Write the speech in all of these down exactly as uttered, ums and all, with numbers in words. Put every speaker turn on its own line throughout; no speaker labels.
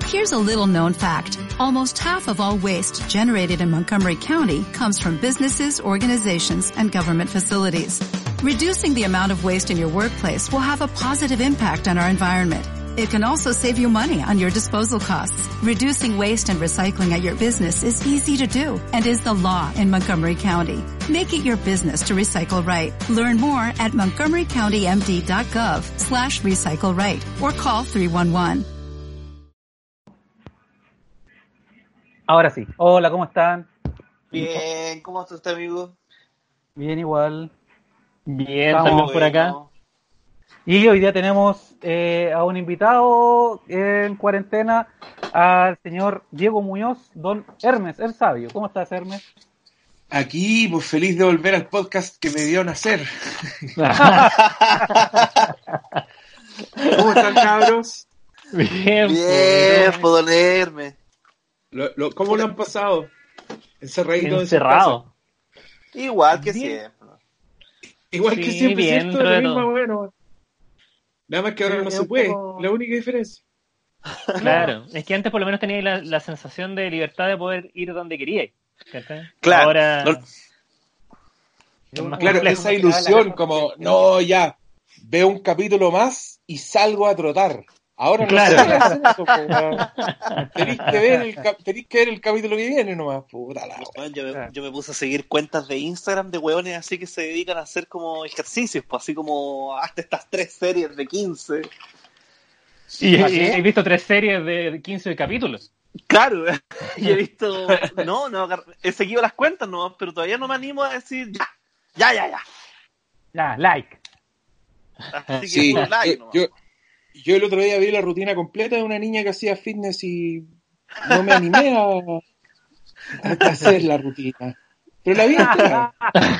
Here's a little known fact. Almost half of all waste generated in Montgomery County comes from businesses, organizations, and government facilities. Reducing the amount of waste in your workplace will have a positive impact on our environment. It can also save you money on your disposal costs. Reducing waste and recycling at your business is easy to do and is the law in Montgomery County. Make it your business to recycle right. Learn more at montgomerycountymd.gov slash recycle right or call three one one.
Ahora sí. Hola, ¿cómo están?
Bien, ¿cómo estás, amigo?
Bien, igual.
Bien, también por acá.
Y hoy día tenemos eh, a un invitado en cuarentena, al señor Diego Muñoz, don Hermes, el sabio. ¿Cómo estás, Hermes?
Aquí, pues feliz de volver al podcast que me dio nacer. ¿Cómo están, cabros?
Bien,
bien, puedo leerme.
Lo, lo, ¿Cómo lo han pasado? Encerradito
encerrado.
En Igual que
bien.
siempre.
Igual
Sí,
que siempre,
bien,
¿cierto? Lo mismo,
todo.
bueno. Nada más que ahora
Sí,
no
es
se
un
puede.
poco-
La única diferencia.
Claro, es que antes por lo menos teníais la, la sensación de libertad de poder ir donde queríais. ¿Cachai?
Claro.
Ahora
No-
es más
Claro,
complejo.
esa ilusión, como, no, ya, veo un capítulo más y salgo a trotar. Ahora no
Claro.
se puede hacer eso, po, weón. Tenéis que ver el cap- tenéis que ver el capítulo que viene nomás, puta la wea.
Bueno, yo, me, yo me puse a seguir cuentas de Instagram de hueones así que se dedican a hacer como ejercicios, pues así como hasta estas tres series de quince.
Y,
¿Ah,
y-
qué?
he visto tres series de quince capítulos.
Claro, y he visto, no, no, agar- he seguido las cuentas nomás, pero todavía no me animo a decir ya, ya, ya, ya.
Ya, like.
Así que
Sí,
puro like
yo,
nomás.
yo, yo el otro día vi la rutina completa de una niña que hacía fitness y no me animé a, a hacer la rutina. Pero la vi entera.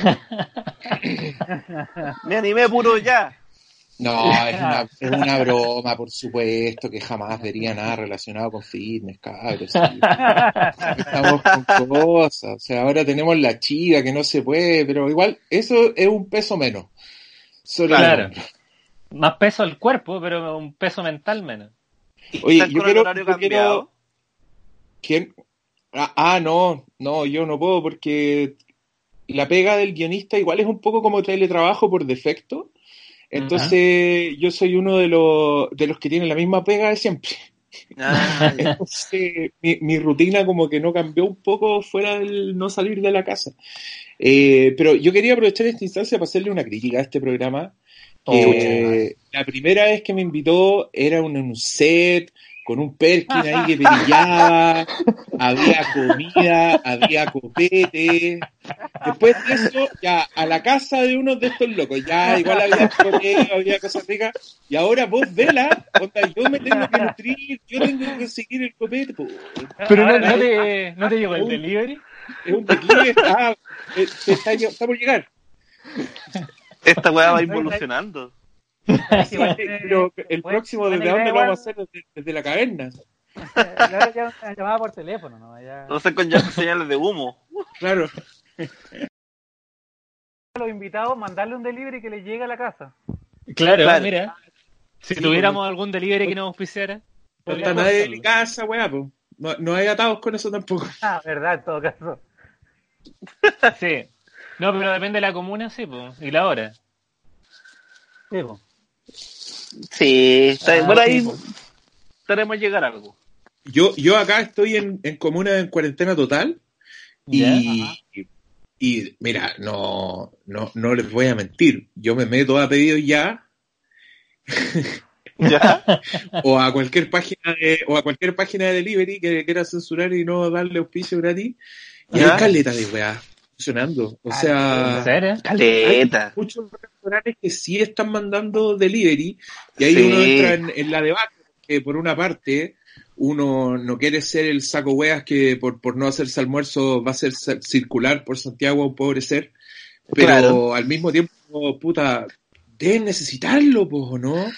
Me animé puro ya.
No, es una, es una broma, por supuesto, que jamás vería nada relacionado con fitness, cabros. Sí. Estamos con cosas. O sea, ahora tenemos la chiva que no se puede, pero igual eso es un peso menos. Sobre el
Claro.
hombro.
Más peso al cuerpo, pero un peso mental menos.
¿Y
Oye,
están
yo
con
quiero-
el horario
yo quiero-
cambiado?
¿Quién? Ah, ah, no, no, yo no puedo porque la pega del guionista igual es un poco como teletrabajo por defecto. Entonces yo soy uno de los de los que tienen la misma pega de siempre.
Ah, ya.
Entonces mi, mi rutina como que no cambió un poco fuera del no salir de la casa. Eh, pero yo quería aprovechar esta instancia para hacerle una crítica a este programa. Que la primera vez que me invitó era un, un set con un Perkin ahí que perillaba, había comida, había copete. Después de eso, ya a la casa de uno de estos locos, ya igual había copete, había cosas ricas. Y ahora vos, vela, onda, yo me tengo que nutrir, yo tengo que seguir el copete. Po.
Pero no,
Ahora,
no te, ¿no te llegó el
Uy.
delivery?
Es un declive, ah, eh, está, está por llegar.
Esta weá va involucionando.
Igual tiene-
Pero el
buena-
próximo,
buena
¿desde
idea
dónde lo
igual.
vamos a hacer? Desde, desde la caverna.
Ahora ya una llamada por teléfono, ¿no? Ya...
No sé con ya señales de humo.
Claro.
A los invitados mandarle un delivery que les llegue a la casa.
Claro,
Claro.
mira. Si
Sí,
tuviéramos algún delivery que nos auspiciara.
No
podríamos
está nadie
hacerlo.
en casa, weá, po. No, no hay atados con eso tampoco.
Ah, verdad, en todo caso.
Sí. No, pero depende de la comuna, sí, pues. Y la hora.
Sí, po.
Sí, está bien.
Ah,
Por
sí,
ahí
po.
tenemos que llegar a algo.
Yo, yo acá estoy en, en comuna en cuarentena total y, y, y, mira, no, no, no les voy a mentir. Yo me meto a pedidos ya
¿Ya?
o a cualquier página de, o a cualquier página de delivery que quiera censurar y no darle auspicio gratis. Y
¿Ya?
hay caleta de weá funcionando. O
¿En
sea,
serio?
Caleta.
muchos restaurantes que sí están mandando delivery y ahí
Sí.
uno entra en, en la debate que por una parte uno no quiere ser el saco weas que por, por no hacerse almuerzo va a ser sa- circular por Santiago a un pobre ser, pero
Claro.
al mismo tiempo, puta, deben necesitarlo, pues, ¿o no?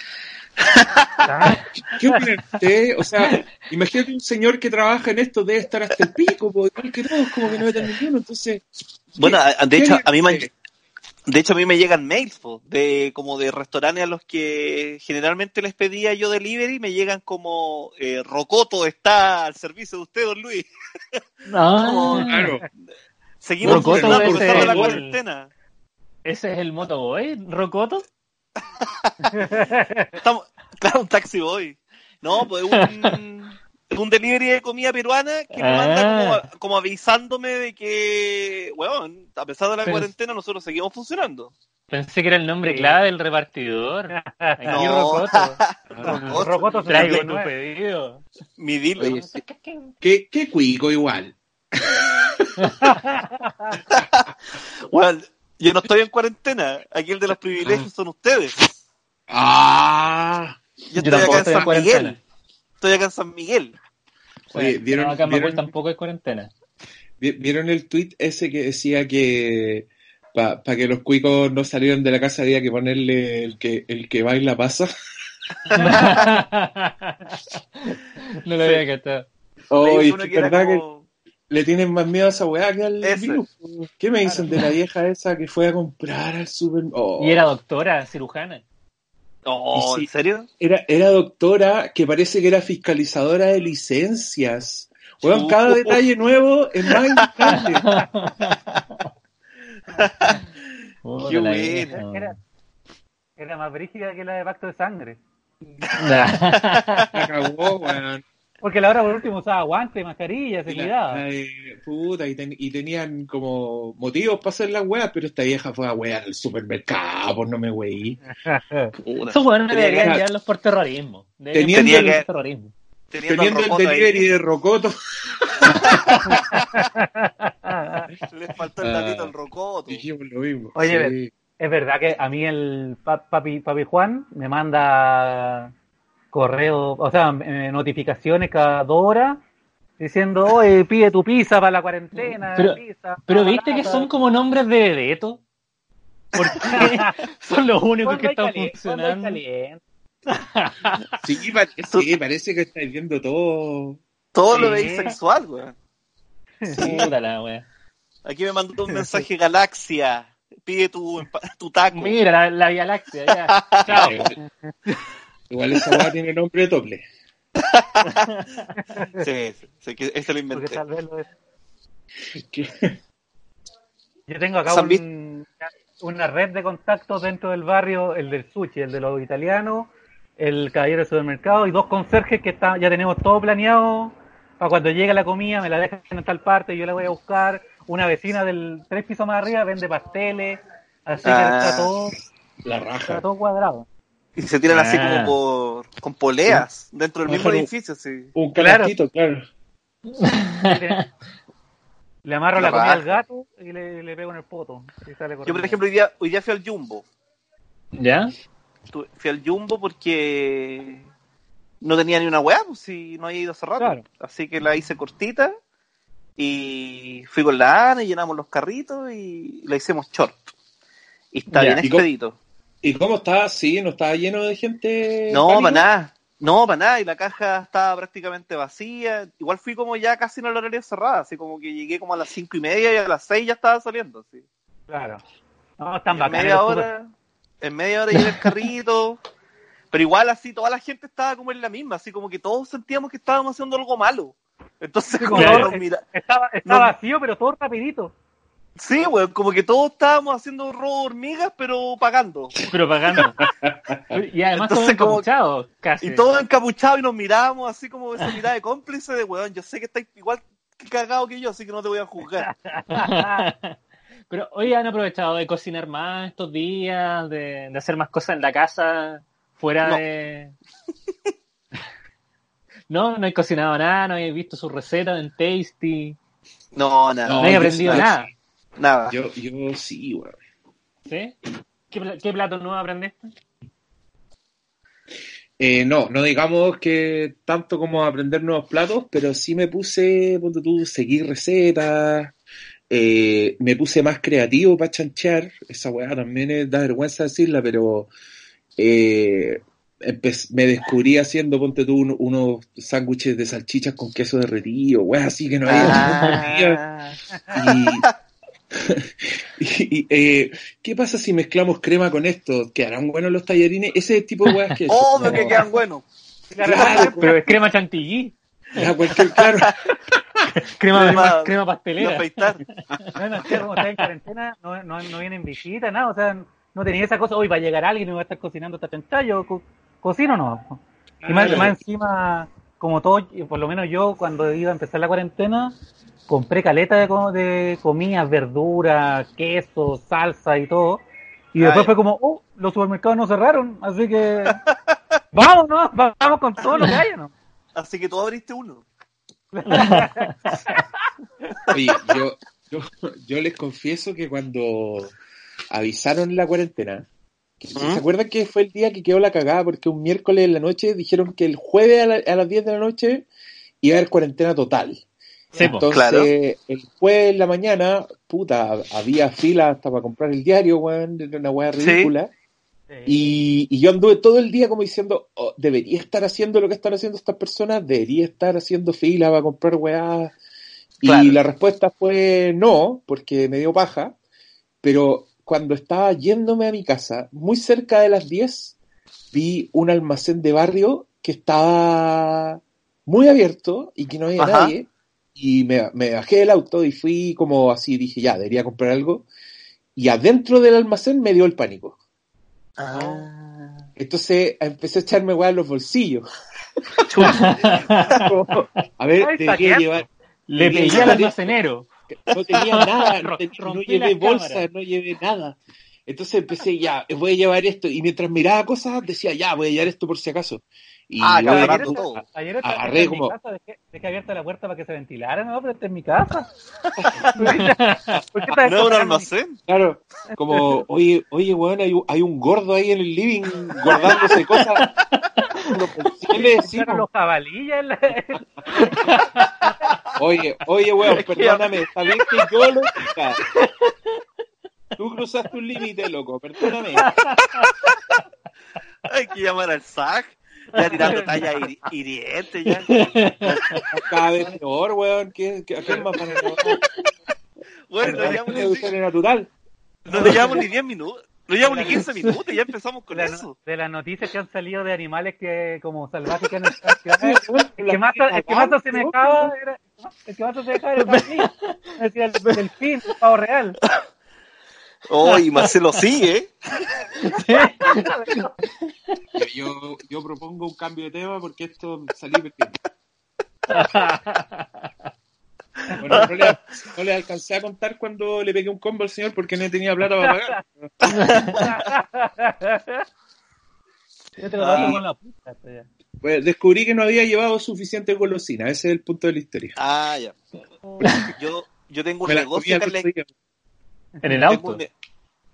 ¿Qué opinan ustedes? O sea, imagínate un señor que trabaja en esto debe estar hasta el pico, pues, igual que todos, como que no metan ninguno, entonces...
Bueno, a- de
¿qué
hecho,
harían
a mí me han,
ustedes?
De hecho, a mí me llegan mails, po, de como de restaurantes a los que generalmente les pedía yo delivery, me llegan como eh, Rocoto está al servicio de usted, don Luis.
Ah,
Como,
Claro.
seguimos
Rocoto
funcionando a
ese
pesar de la
el-
cuarentena.
¿ese es el Motoboy, Rocoto?
Estamos, claro, un taxi boy. No, pues un, un delivery de comida peruana que me manda como,
Ah.
como avisándome de que, bueno, a pesar de la
Pero-
cuarentena nosotros seguimos funcionando.
Pensé que era el nombre
Sí.
clave del repartidor. Aquí
No.
Rocoto.
Rocoto,
Rocoto
Traigo
sesenta y
tu
nueve.
pedido.
Mi dealer.
Oye, sí. Qué, qué cuico igual.
Bueno, yo no estoy en cuarentena. Aquí el de los privilegios son ustedes.
Ah.
Yo
Yo
estoy
tampoco
acá en
estoy en
San
cuarentena.
Miguel. Estoy acá en San Miguel.
Oye,
Sí,
¿vieron,
no, acá en Macul
vieron,
tampoco hay cuarentena.
vi- ¿vieron el tweet ese que decía que para que los cuicos no salieran de la casa había que ponerle el que, el que baila pasa?
No lo había cachado.
Oye,
Leí
es
uno
que
que era
verdad
como-
que le tienen más miedo a esa weá que al
Ese.
virus. ¿Qué me dicen de la vieja esa que fue a comprar al super... Oh.
Y era doctora, cirujana.
Oh,
Y sí.
¿en serio?
Era, era doctora que parece que era fiscalizadora de licencias. Weón, cada
Uh.
detalle nuevo es más indignante.
Puta
Qué
la
buena.
vieja.
Era, era más brígida que la de Pacto de Sangre.
La cagó, weón.
Porque la hora por último usaba guantes, mascarilla, se
Y la-
cuidaba.
la de- puta, y, ten- y tenían como motivos para hacer las weas, pero esta vieja fue a wear al supermercado, pues no me weí.
Puta.
Esos hueones
Tenía
deberían
que-
llevarlos por terrorismo. Deberían
Teniendo
llevarlos
el-
por terrorismo.
Teniendo,
Teniendo
al
el
Rocoto
delivery
ahí,
de Rocoto.
les faltó el datito al Rocoto.
Dijimos lo mismo.
Oye,
Sí.
Es verdad que a mí el pa- papi, papi Juan me manda correo, o sea, eh, notificaciones cada dos horas diciendo, oye, pide tu pizza para la cuarentena.
Pero-
pizza,
Pero
papa
viste que
lata".
son como nombres de Bebeto. Porque son los únicos
¿Cuándo
que
hay
están
caliente? ¿Cuándo hay
funcionando.
caliente?
Sí, pa- sí, parece que estáis viendo todo.
Todo lo
Sí.
veis sexual, weón.
Puta la wea.
Aquí me mandó un mensaje Galaxia. Pide tu, empa- tu taco.
Mira la, la Vía Láctea, ya. Chao.
Igual esa weá tiene nombre de tople.
Sí, sí, sí, que ese lo
Porque
inventé.
tal vez lo es.
¿Qué?
Yo tengo acá
¿San
un- una red de contactos dentro del barrio, el del sushi, el de los italianos, el caballero del supermercado y dos conserjes que está, ya tenemos todo planeado para cuando llegue la comida, me la dejan en tal parte y yo la voy a buscar. Una vecina del tres pisos más arriba vende pasteles, así que
Ah.
está todo,
La
está
raja.
todo cuadrado.
Y se tiran así
Ah.
como por, con poleas dentro del mismo
Ajá.
edificio, sí.
Un
Claro.
canastito, claro.
Le amarro
La
la, comida
raja.
al gato y le, le pego en el poto. Y sale
Yo, por
corriendo.
ejemplo, hoy día, hoy día fui al Jumbo.
¿Ya?
Tu- Fui al Jumbo porque no tenía ni una weá, pues si no había ido hace rato.
Claro.
Así que la hice cortita y fui con la Ana y llenamos los carritos y la hicimos short. Y está
Ya.
bien
¿Y cómo-
expedito.
¿Y cómo está? Sí, ¿no estaba lleno de gente?
No,
pánico?
para nada. No, para nada. Y la caja estaba prácticamente vacía. Igual fui como ya casi en el horario cerrado. Así como que llegué como a las cinco y media y a las seis ya estaba saliendo. Sí.
Claro. No, están
Y en
bacanes
media
los super-
hora, en media hora llegué el carrito. Pero igual así, toda la gente estaba como en la misma. Así como que todos sentíamos que estábamos haciendo algo malo. Entonces,
Sí,
como
como
que
todo-
nos mira-
Estaba, está
No.
vacío, pero todo rapidito.
Sí, weón, como que todos estábamos haciendo robo de hormigas, pero pagando.
Pero pagando. Y además todos
Entonces, como-
encapuchados, casi.
Y todos encapuchados y nos mirábamos así como esa mirada de cómplice de weón. Yo sé que estáis igual cagado que yo, así que no te voy a juzgar.
Pero hoy han aprovechado de cocinar más estos días, de, de hacer más cosas en la casa, fuera
No.
de... No, no he cocinado nada, no he visto sus recetas en Tasty,
No, nada.
no, he
yo
aprendido
sí,
nada.
Nada.
Yo, yo sí, weón.
¿Sí? ¿Qué, pla- qué plato nuevo aprendiste?
Eh, no, no digamos que tanto como aprender nuevos platos, pero sí me puse, ponte tú, seguir recetas, eh, me puse más creativo para chanchear, esa weá también es, da vergüenza decirla, pero eh, empe- me descubrí haciendo, ponte tú, un- unos sándwiches de salchichas con queso derretido, weá, así que no había hecho en un día.
Ah,
Y y, y, eh, ¿qué pasa si mezclamos crema con esto? ¿Quedarán buenos los tallarines? Ese tipo de weas que...
Obvio
no,
que quedan buenos.
Claro,
Pero es crema chantilly.
ya, cualquier, claro.
Crema,
Crema-
crema
No
pastelera.
afeitar.
No, no, es que como está en cuarentena, no, no, no vienen visitas, nada, o sea, no tenía esa cosa, hoy va a llegar alguien y me va a estar cocinando esta chancha, yo co- cocino no. Y más,
Claro.
más encima, como todo, y por lo menos yo cuando iba a empezar la cuarentena, compré caleta de, co- de comidas, verduras, queso, salsa y todo. Y
Ah,
después
ya.
fue como, oh, los supermercados no cerraron, así que vamos, ¿no? Vamos con todo lo que haya, ¿no?
Así que tú abriste uno.
Oye, yo, yo, yo les confieso que cuando avisaron la cuarentena, que-
¿Mm?
¿se acuerdan que fue el día que quedó la cagada? Porque un miércoles en la noche dijeron que el jueves a, la- a las diez de la noche iba a haber cuarentena total.
Sí, po.
Entonces,
Claro.
el jueves en la mañana, puta, había fila hasta para comprar el diario, weón, era una weá
Sí.
ridícula. Y, y yo anduve todo el día como diciendo, oh, debería estar haciendo lo que están haciendo estas personas, debería estar haciendo fila para comprar weá.
Claro.
Y la respuesta fue no, porque me dio paja. Pero cuando estaba yéndome a mi casa, muy cerca de las diez, vi un almacén de barrio que estaba muy abierto y que no había
Ajá.
nadie. Y me, me bajé del auto y fui como así, dije, ya, debería comprar algo. Y adentro del almacén me dio el pánico.
Ah.
Entonces empecé a echarme weá en los bolsillos. Como, a ver,
Ay,
debería
saqueando.
llevar...
Le
debería
pegué al
llevar esto.
almacenero.
No tenía nada, no, ten- no
Rompí
llevé
las
bolsa,
cámaras.
no llevé nada. Entonces empecé, ya, voy a llevar esto. Y mientras miraba cosas, decía, ya, voy a llevar esto por si acaso. Y
Ah,
voy
Ayer,
acaparando
llevando-
todo.
ayer esta,
Agarré
esta en mi
como-
casa, dejé, dejé abierta la puerta para que se ventilara, no, pero esta es mi casa. ¿Por qué estás
No es un
tocando mi-
almacén.
Claro, como, oye, oye, weón, hay, un- hay un gordo ahí en el living guardándose cosas. Uno pensé, le
Compraron
decimos,
los jabalíes en la-
oye, oye, weón, perdóname, está bien que yo lo diga. Tú cruzaste un límite, loco, perdóname.
Hay que llamar al S A C. Ya tirando talla hiri- hiriente ya.
Cada vez peor, weón, ¿qué, qué, ¿a quién más van a llamar?
Bueno, no llevamos
Es
ni,
historia natural.
no le llevamos ni diez minutos. No llevamos ni quince minutos y ya empezamos con
de,
eso.
de las noticias que han salido de animales que como salvajes que han estado en ciudades, el que más, el que más se asemejaba era el que más se asemejaba era el jabalí. Decía el delfín, el pavo real.
Oh, y Marcelo sigue.
Yo, yo propongo un cambio de tema porque esto salí perdiendo. Bueno, no le, no le alcancé a contar cuando le pegué un combo al señor porque no tenía plata para pagar.
Yo te lo paso con la puta. esto ya.
Pues descubrí que no había llevado suficiente golosina, ese es el punto de la historia.
Ah, ya. Yo, yo tengo un
Me la
negocio
comí
acá
al
en la-
otro día.
En el
Tengo
auto.
un, ne-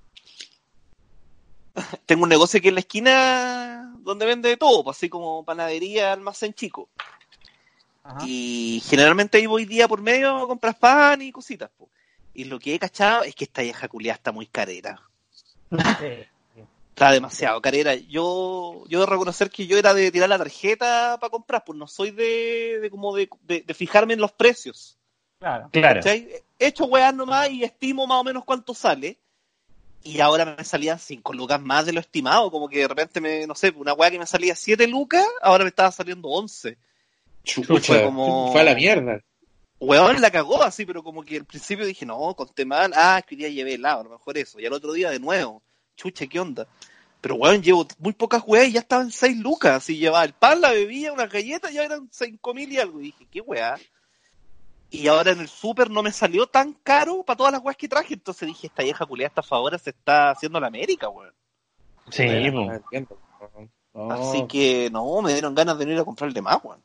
tengo un negocio aquí en la esquina donde vende de todo, pues, así como panadería, almacén chico.
Ajá.
Y generalmente ahí voy día por medio a comprar pan y cositas. Po. Y lo que he cachado es que esta vieja culiada está muy carera.
Sí.
Está demasiado carera. Yo yo debo reconocer que yo era de tirar la tarjeta para comprar, pues no soy de, de como de, de, de fijarme en los precios.
Claro.
Claro.
¿Cachai? He hecho weas nomás y estimo más o menos cuánto sale. Y ahora me salían cinco lucas más de lo estimado. Como que de repente, me no sé, una wea que me salía siete lucas, ahora me estaba saliendo once.
Chucha,
Fue como-
fue a la mierda.
Weón, la cagó así, pero como que al principio dije, no, conté mal. Ah, es que hoy día llevé helado, a lo mejor eso. Y al otro día de nuevo. Chucha, ¿qué onda? Pero weón, llevo muy pocas weas y ya estaban seis lucas. Así llevaba el pan, la bebida, unas galletas, ya eran cinco mil y algo. Y dije, ¿qué wea? Y ahora en el súper no me salió tan caro para todas las weas que traje. Entonces dije, esta vieja culiada estafadora se está haciendo la América, weón.
Sí, po.
No entiendo. No.
Así que, no, me dieron ganas de no ir a comprarle más, weón.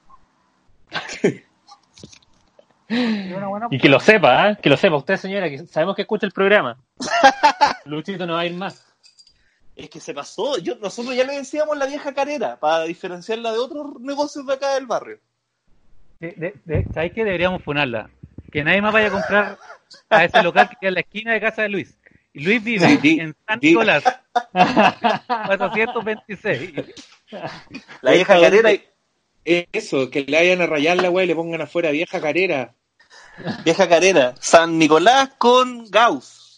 Y una buena-
Y que lo sepa, ¿eh? Que lo sepa usted, señora, que sabemos que escucha el programa. Luchito no va a ir más.
Es que se pasó. Yo, nosotros ya le decíamos la vieja carera para diferenciarla de otros negocios de acá del barrio.
De, de, de- ¿Sabes qué? Deberíamos funarla. Que nadie más vaya a comprar a ese local que queda en la esquina de casa de Luis. Y Luis vive
Sí, di-
en San
di-
Nicolás, cuatrocientos veintiséis.
La vieja carera. y-
Eso, que le vayan a rayar la weá y le pongan afuera vieja carera.
Vieja carera. San Nicolás con Gauss.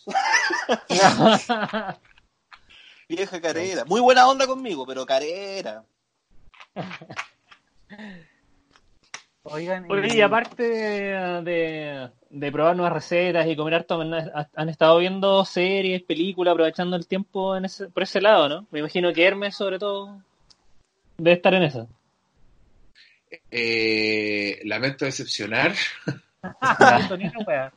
Vieja carera. Muy buena onda conmigo, pero carera.
Oigan,
Oye, y aparte de, de probar nuevas recetas y comer harto, han, han estado viendo series, películas, aprovechando el tiempo en ese, por ese lado, ¿no? Me imagino que Hermes, sobre todo, debe estar en eso.
Eh, lamento decepcionar.
Antonino, wea.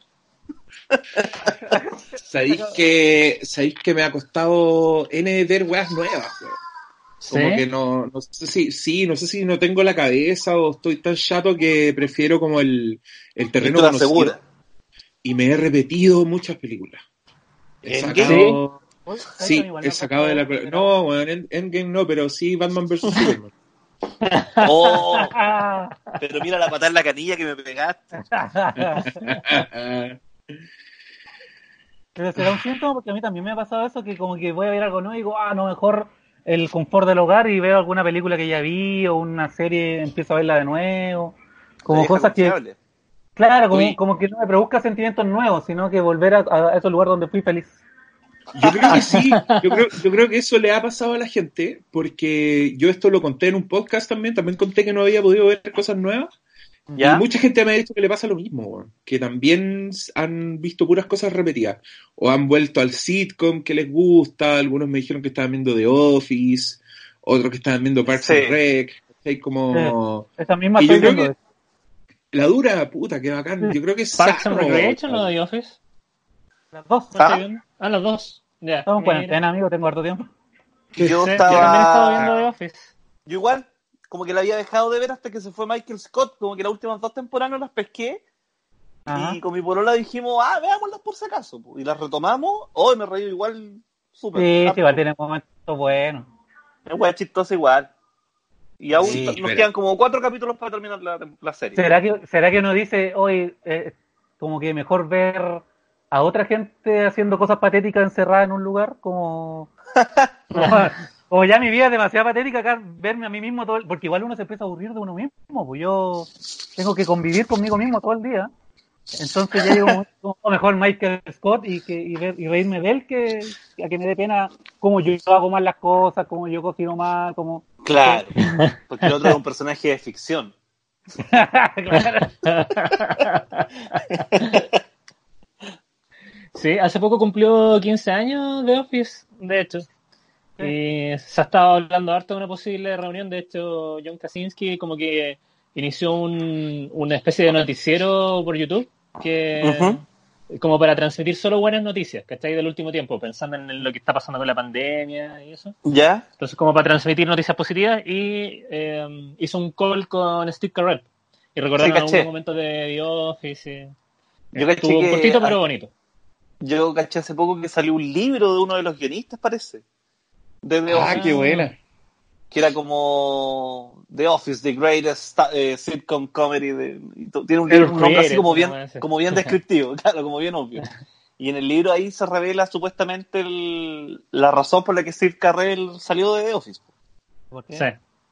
Sabéis que, sabéis que me ha costado N ver weas nuevas, weón. Como
¿Sí?
que no, no sé si, sí, no sé si no tengo la cabeza o estoy tan chato que prefiero como el, el terreno
Esto la
conocido.
segura.
Y me he repetido muchas películas. He
¿Endgame?
sacado,
Uy,
sí,
igual
he
me
sacado de la,
pasó,
no, weón, End- Endgame no, pero sí Batman versus Superman.
Oh,
Ah.
pero mira la patada en la canilla que me pegaste.
Pero será un síntoma porque a mí también me ha pasado eso, que como que voy a ver algo nuevo y digo, ah, no, mejor el confort del hogar y veo alguna película que ya vi o una serie, empiezo a verla de nuevo. Como
Vieja
cosas que,
confiable.
claro, como,
Oye.
como que no me produzca sentimientos nuevos, sino que volver a, a esos lugares donde fui feliz.
Yo creo que sí, yo creo, yo creo que eso le ha pasado a la gente, porque yo esto lo conté en un podcast también, también conté que no había podido ver cosas nuevas,
¿Ya?
y mucha gente me ha dicho que le pasa lo mismo, weón, que también han visto puras cosas repetidas, o han vuelto al sitcom que les gusta, algunos me dijeron que estaban viendo The Office, otros que estaban viendo Parks
Sí.
and Rec, ¿cachai? Como...
Eh, esa misma
Y yo
estoy
creo
viendo.
que la dura, puta, qué bacán, yo creo que es
Parks and
sano,
Recreation
weón.
o The Office.
Las dos.
¿Cuál
¿Ah?
estás viendo? Ah, los dos. Ya.
Estamos en
mira.
cuarentena, amigo, tengo harto tiempo.
Yo
Sí, yo también
estaba.
estaba viendo The Office.
Yo igual, como que la había dejado de ver hasta que se fue Michael Scott, como que las últimas dos temporadas no las pesqué.
Ajá.
Y con mi polola dijimos, ah, veámoslas por si acaso. po. Y las retomamos. Hoy me reí igual súper.
Sí,
harto.
sí, igual tiene momentos buenos.
Es wea chistosa igual. Y aún
Sí,
nos
pero-
quedan como cuatro capítulos para terminar la, la serie.
¿Será que, será que uno dice hoy, eh, como que mejor ver a otra gente haciendo cosas patéticas encerrada en un lugar? Como, como, como ya mi vida es demasiado patética acá, verme a mí mismo todo el, porque igual uno se empieza a aburrir de uno mismo, pues yo tengo que convivir conmigo mismo todo el día. Entonces ya digo, como, como mejor Michael Scott y que y, ver, y reírme de él que a que me dé pena cómo yo hago mal las cosas, cómo yo cocino mal, como
Claro. Porque el otro es un personaje de ficción.
claro.
Sí, hace poco cumplió quince años The Office, de hecho.
Sí.
Y se ha estado hablando harto de una posible reunión. De hecho, John Krasinski como que inició un, una especie de noticiero por YouTube que
Ujú.
como para transmitir solo buenas noticias, ¿cachai? Del último tiempo, pensando en lo que está pasando con la pandemia y eso.
¿Ya?
Entonces, como para transmitir noticias positivas, y eh, hizo un call con Steve Carell. Y recordaron
Sí, caché.
algunos momentos de The Office. Y...
Yo caché
Estuvo
que-
cortito, pero bonito.
Yo caché hace poco que salió un libro de uno de los guionistas, parece. De The
Ah,
Office.
qué buena.
Que era como The Office, the greatest eh, sitcom comedy. De, y to- tiene un,
El
libro, un nombre así
creator,
como
una
bien,
wea así.
como bien descriptivo, claro, como bien obvio. Y en el libro ahí se revela supuestamente el- la razón por la que Steve Carell salió de The Office.
¿Por qué?
Sí.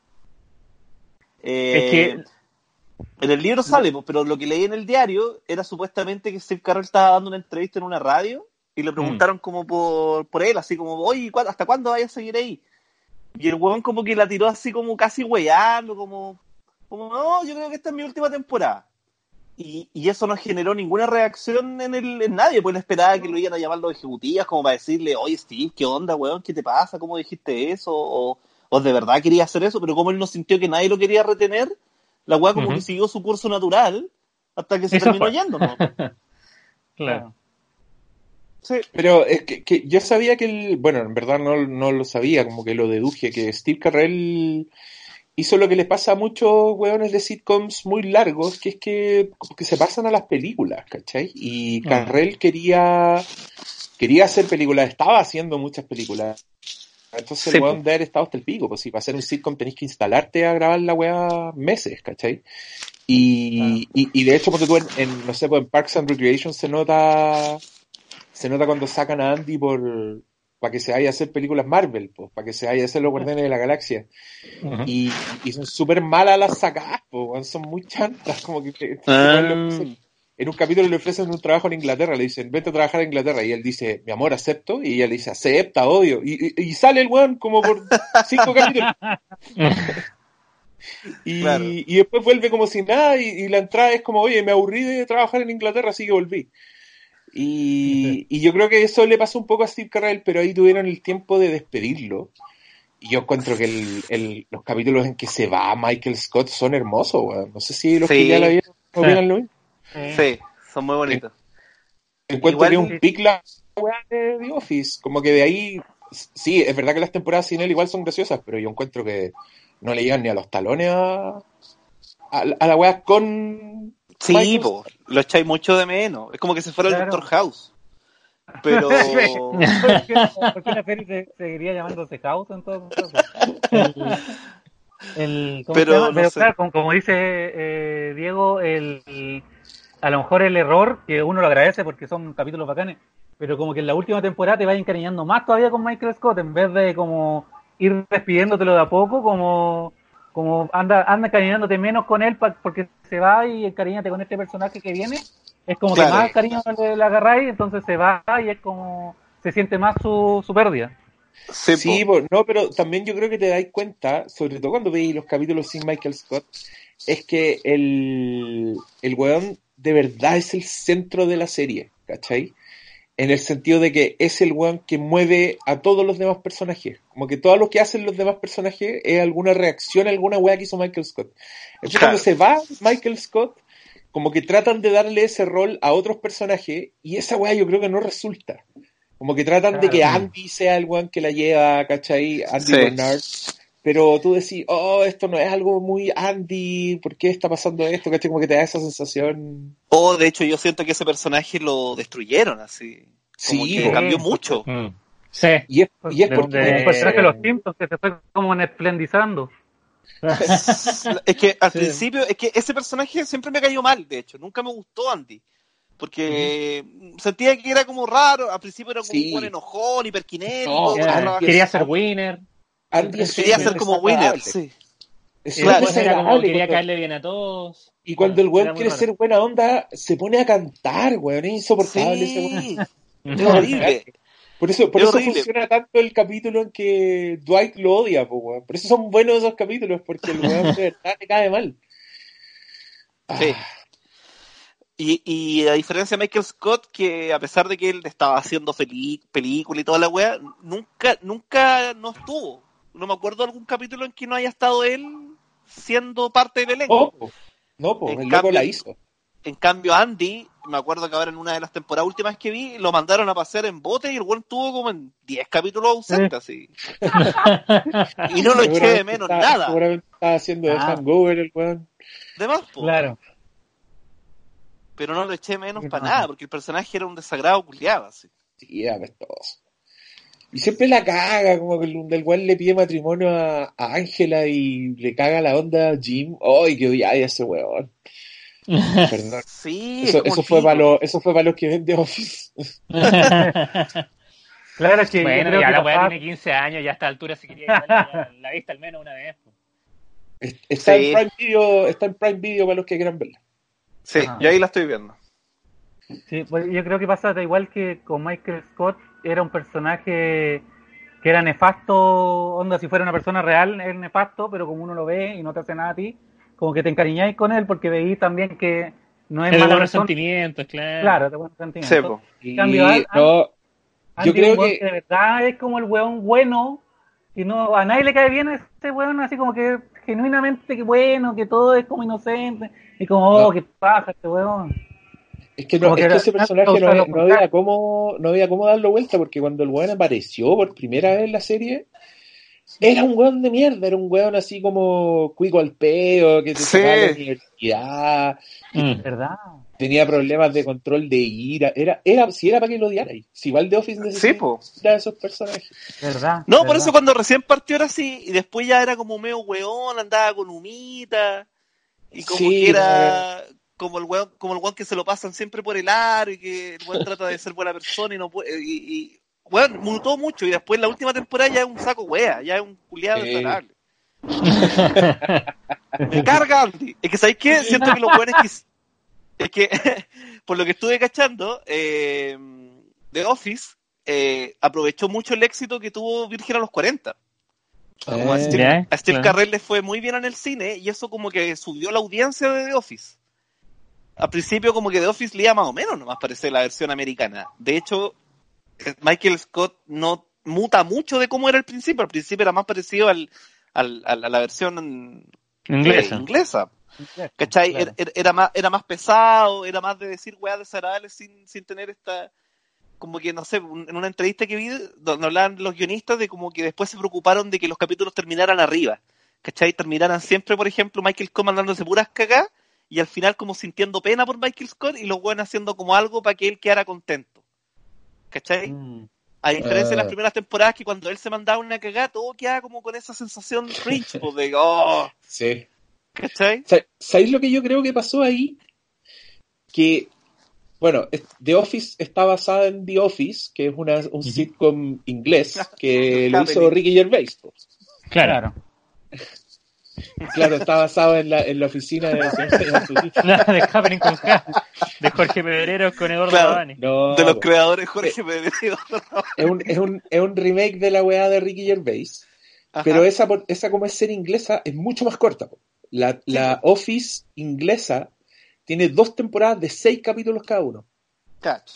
Eh,
Es que
En el libro sale, pues, pero lo que leí en el diario era supuestamente que Steve Carell estaba dando una entrevista en una radio y le preguntaron como por, por él, así como, oye, ¿cuá- ¿hasta cuándo vaya a seguir ahí? Y el huevón como que la tiró así como casi weyando, como, como, no, yo creo que esta es mi última temporada. Y, y eso no generó ninguna reacción en, el, en nadie, pues él esperaba que lo iban a llamar los ejecutivos como para decirle, oye Steve, ¿qué onda, weón? ¿Qué te pasa? ¿Cómo dijiste eso? O, o de verdad quería hacer eso, pero como él no sintió que nadie lo quería retener, la weá como
Ujú.
que siguió su curso natural hasta que se
Eso
terminó
fue.
yendo, ¿no?
Claro.
Sí.
Pero es que, que yo sabía que el, bueno, en verdad no, no lo sabía, como que lo deduje, que Steve Carell hizo lo que le pasa a muchos hueones de sitcoms muy largos, que es que, como que se pasan a las películas, ¿cachai? Y
Mm.
Carell quería, quería hacer películas, estaba haciendo muchas películas. Entonces
Sí,
el weón
po.
de haber estado hasta el pico, pues si para hacer un sitcom tenés que instalarte a grabar la weá meses, ¿cachai? Y, y, y de hecho, porque tú en, en, no sé, pues en Parks and Recreation se nota, se nota cuando sacan a Andy por, para que se vaya a hacer películas Marvel, pues, para que se vaya a hacer los Guardianes de la Galaxia.
Ujú.
Y, y son súper malas las sacadas, pues, weón, son muy chantas, como que, que, que
Ah.
weón lo puse- en un capítulo le ofrecen un trabajo en Inglaterra, le dicen, vente a trabajar en Inglaterra, y él dice, mi amor, acepto, y ella le dice, acepta, odio, y, y, y sale el weón como por cinco capítulos. y,
Claro.
y después vuelve como si nada, y, y la entrada es como, oye, me aburrí de trabajar en Inglaterra, así que volví. Y, y yo creo que eso le pasó un poco a Steve Carell, pero ahí tuvieron el tiempo de despedirlo. Y yo encuentro que el, el, los capítulos en que se va Michael Scott son hermosos, weón. No sé si los
Sí.
que ya la vieron opinan lo mismo.
Sí, son muy bonitos.
Encuentro
Igual-
que es un pic la weá de The Office. Como que de ahí, sí, es verdad que las temporadas sin él igual son graciosas, pero yo encuentro que no le llegan ni a los talones a, a, a la weá con...
Sí,
Michael
po, lo echáis mucho de menos. Es como que se fuera
Claro.
el Doctor House. Pero...
¿Por qué, por qué la serie se, seguiría llamándose House en todo caso? El, el, ¿cómo
Pero
se llama?
no
Pero
sé.
claro, como, como dice eh, Diego, el, el- a lo mejor el error, que uno lo agradece porque son capítulos bacanes, pero como que en la última temporada te vas encariñando más todavía con Michael Scott, en vez de como ir despidiéndotelo de a poco, como, como anda, anda encariñándote menos con él pa- porque se va y encariñate con este personaje que viene. Es como
Claro.
que más cariño le, le agarráis, entonces se va y es como se siente más su, su pérdida.
Sí,
Sí,
po.
po, no, pero también yo creo que te dais cuenta, sobre todo cuando veis los capítulos sin Michael Scott, es que el, el weón de verdad es el centro de la serie, ¿cachai? En el sentido de que es el weón que mueve a todos los demás personajes. Como que todo lo que hacen los demás personajes es alguna reacción a alguna weá que hizo Michael Scott. Entonces
Claro.
cuando se va Michael Scott, como que tratan de darle ese rol a otros personajes y esa weá yo creo que no resulta. Como que tratan de
Claro.
que Andy sea el weón que la lleva, ¿cachai? Andy
Sí.
Bernard. Pero tú decís, oh, esto no es algo muy Andy, ¿por qué está pasando esto? ¿Cachai? Como que te da esa sensación.
O de hecho yo siento que ese personaje lo destruyeron así. Como
Sí,
que
po.
cambió mucho.
Mm. Sí.
Y es, y es
De-
porque...
de-
de-
el personaje de los Simpsons que se fue como esplendizando.
Es que al
Sí.
principio, es que ese personaje siempre me cayó mal, de hecho. Nunca me gustó Andy. Porque sentía que era como raro. Al principio era como
Sí.
un buen enojón, hiperkinético.
No,
que
Era-
trabajaba-
quería ser winner.
Andy es
Quería
súper
ser como winner,
desagradable.
sí.
Es
Y
súper
después era como
desagradable
quería
cuando-
caerle bien a todos.
Y cuando el weón
Era muy
quiere
raro.
ser buena onda, se pone a cantar, weón. Es insoportable ese weón.
Sí, es horrible.
Por eso, por
Es
eso
horrible.
funciona tanto el capítulo en que Dwight lo odia, po, weón. Por eso son buenos esos capítulos, porque el weón de verdad le cae mal.
Sí.
Ah,
Y, y a diferencia de Michael Scott, que a pesar de que él estaba haciendo peli- película y toda la wea, nunca, nunca no estuvo. No me acuerdo de algún capítulo en que no haya estado él siendo parte del elenco.
no, po. No, po,
En
el loco
cambio-
la hizo.
En cambio, Andy, me acuerdo que ahora en una de las temporadas últimas que vi, lo mandaron a pasear en bote y el weón tuvo como en diez capítulos ausentes, así. Y no lo eché de
Seguramente
menos
estaba-
nada.
Seguramente estaba haciendo de
Ah.
hangover el weón.
De más, po.
Claro.
Pero no lo eché menos
Sí,
para
no.
nada, porque el personaje era un desagrado culiado, así.
Sí, era apestoso. Y siempre la caga, como que el del cual le pide matrimonio a a Ángela y le caga la onda a Jim. ¡Ay, qué odiáis a ese weón! Perdón.
Sí, es
Eso,
como
eso
el
fue
pico.
para los, eso fue para los que ven The Office.
Claro, es que yo
Bueno,
creo
ya
que
la weá
papá-
tiene quince años, ya a esta altura si quería igual la, la vista al menos una vez.
Es- Está
Sí.
en Prime Video, está en Prime Video para los que quieran verla.
Sí,
Ajá.
yo ahí la estoy viendo.
Sí, pues yo creo que pasa da igual que con Michael Scott, era un personaje que era nefasto, onda, si fuera una persona real, es nefasto, pero como uno lo ve y no te hace nada a ti, como que te encariñáis con él porque veís también que no es
Es de
mala
buenos
persona.
sentimientos, claro.
Claro, de buenos
Sí,
sentimientos.
po.
Y
En cambio, Al-
no,
Andy
yo creo
es un weón
que-
de verdad es como el weón bueno, y no a nadie le cae bien a ese weón, así como que genuinamente que bueno, que todo es como inocente, y como, oh,
No.
qué paja este weón.
es que, no,
como
es
que
que ese
era-
personaje no,
causar lo
no había cómo, no había cómo darlo vuelta, porque cuando el weón apareció por primera vez en la serie, era un weón de mierda, era un weón así como cuico al peo, que te
Sí.
sacaba de la universidad,
Mm.
¿Verdad?
tenía problemas de control de ira, era, era, si era para que lo odiarais, si igual The Office
Sí,
necesita
po.
a esos personajes.
¿Verdad?
No, por
¿verdad?
eso cuando recién partió era así, y después ya era como medio weón, andaba con humita, y como
Sí,
que era como el weón, como el weón que se lo pasan siempre por el aro, y que el weón trata de ser buena persona y no puede, y, y weón, mutó mucho, y después la última temporada ya es un saco wea, ya es un culiado
Sí.
desagradable. Me carga Andy. Es que ¿sabéis qué? Siento que los weones que es que por lo que estuve cachando, eh, The Office eh, aprovechó mucho el éxito que tuvo Virgen a los cuarenta. Como a
Eh,
Steve,
ya,
a Steve
claro.
Carell le fue muy bien en el cine y eso como que subió la audiencia de The Office. Al principio como que The Office le iba más o menos, nomás parece la versión americana. De hecho, Michael Scott no muta mucho de cómo era al principio. Al principio era más parecido al, al, al a la versión
Inglesa.
eh, inglesa. ¿Cachai?
Claro.
Era, era, más, era más pesado, era más de decir weas desagradables sin, sin tener esta... Como que, no sé, en una entrevista que vi donde hablaban los guionistas de como que después se preocuparon de que los capítulos terminaran arriba. ¿Cachai? Terminaran siempre, por ejemplo, Michael Scott mandándose puras cagadas y al final como sintiendo pena por Michael Scott y los weones haciendo como algo para que él quedara contento. ¿Cachai?
Mm.
A diferencia de las
Ah.
primeras temporadas que cuando él se mandaba una cagada, todo quedaba como con esa sensación cringe, pues, de oh,
Sí.
¿cachai?
Sa- ¿Sabéis lo que yo creo que pasó ahí? Que, bueno, es- The Office está basada en The Office, que es una, un sitcom inglés que lo hizo Ricky Gervais. po.
Claro.
Claro, está basado en la, en la oficina de...
Nada de Happening con K, de Jorge Pedrero con Eduardo
Claro.
Rabani.
No,
De los
po.
creadores Jorge Pedrero.
es, un, es, un, es un remake de la weá de Ricky Gervais.
Ajá.
Pero esa, por- esa como es ser inglesa, es mucho más corta. po. La, la Office inglesa tiene dos temporadas de seis capítulos cada uno.
Cach.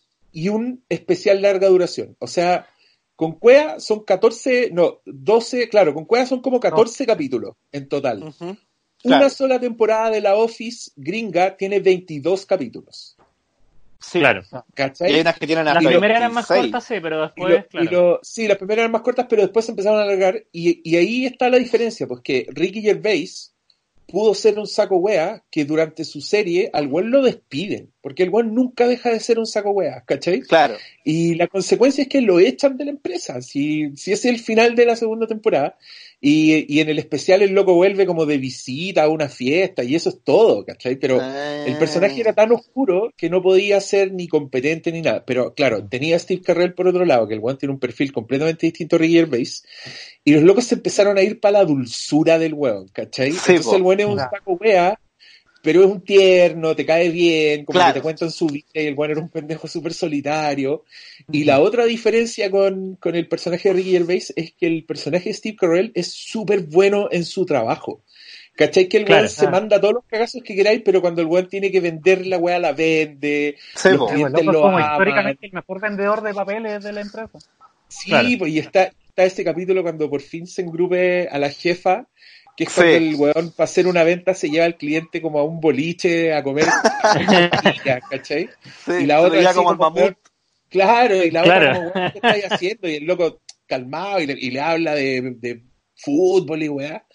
Y un especial larga duración. O sea, con Cuea son catorce, no, doce, claro, con Cuea son como catorce capítulos en total.
Ujú.
Una
Claro.
sola temporada de la Office gringa tiene veintidós capítulos.
Sí.
Claro.
Y
¿Cachai?
hay unas que tienen
Las
hasta
primeras eran más
veintiséis.
cortas, sí, pero
Y
después,
lo- y
claro.
lo- sí, las primeras eran más cortas, pero después se empezaron a alargar. Y, y ahí está la diferencia, pues que Ricky Gervais pudo ser un saco wea que durante su serie al weón lo despiden, porque el weón nunca deja de ser un saco wea, ¿cachai?
Claro.
Y la consecuencia es que lo echan de la empresa, si, si ese es el final de la segunda temporada, y, y en el especial el loco vuelve como de visita a una fiesta, y eso es todo, ¿cachai? Pero el personaje era tan oscuro que no podía ser ni competente ni nada. Pero claro, tenía a Steve Carell por otro lado, que el weón tiene un perfil completamente distinto a Ricky Gervais, y los locos se empezaron a ir para la dulzura del weón, ¿cachai?
Sí,
Entonces
po.
el weón es un
Claro.
saco wea, pero es un tierno, te cae bien, como
Claro.
que te cuentan su vida y el weón era un pendejo súper solitario. Y la otra diferencia con, con el personaje de Ricky Gervais es que el personaje de Steve Carell es súper bueno en su trabajo. ¿Cachai? Que el
Claro,
weón se
claro.
manda todos los cagazos que queráis, pero cuando el weón tiene que vender la weá, la vende.
Sí,
los
po.
Sí, pues,
clientes
loco, es
lo
como
aman.
históricamente el mejor vendedor de papeles de la empresa.
Sí,
Claro.
pues y está, está este capítulo cuando por fin se engrupe a la jefa, que es
Sí.
cuando el weón para hacer una venta se lleva al cliente como a un boliche a comer tortillas, ¿cachai?
Sí,
Y la
se
otra
veía
así
como el
como,
mamut.
weón, claro, y la
Claro.
otra como, weón, ¿qué estáis haciendo? Y el loco calmado y le, y le habla de, de fútbol y weá.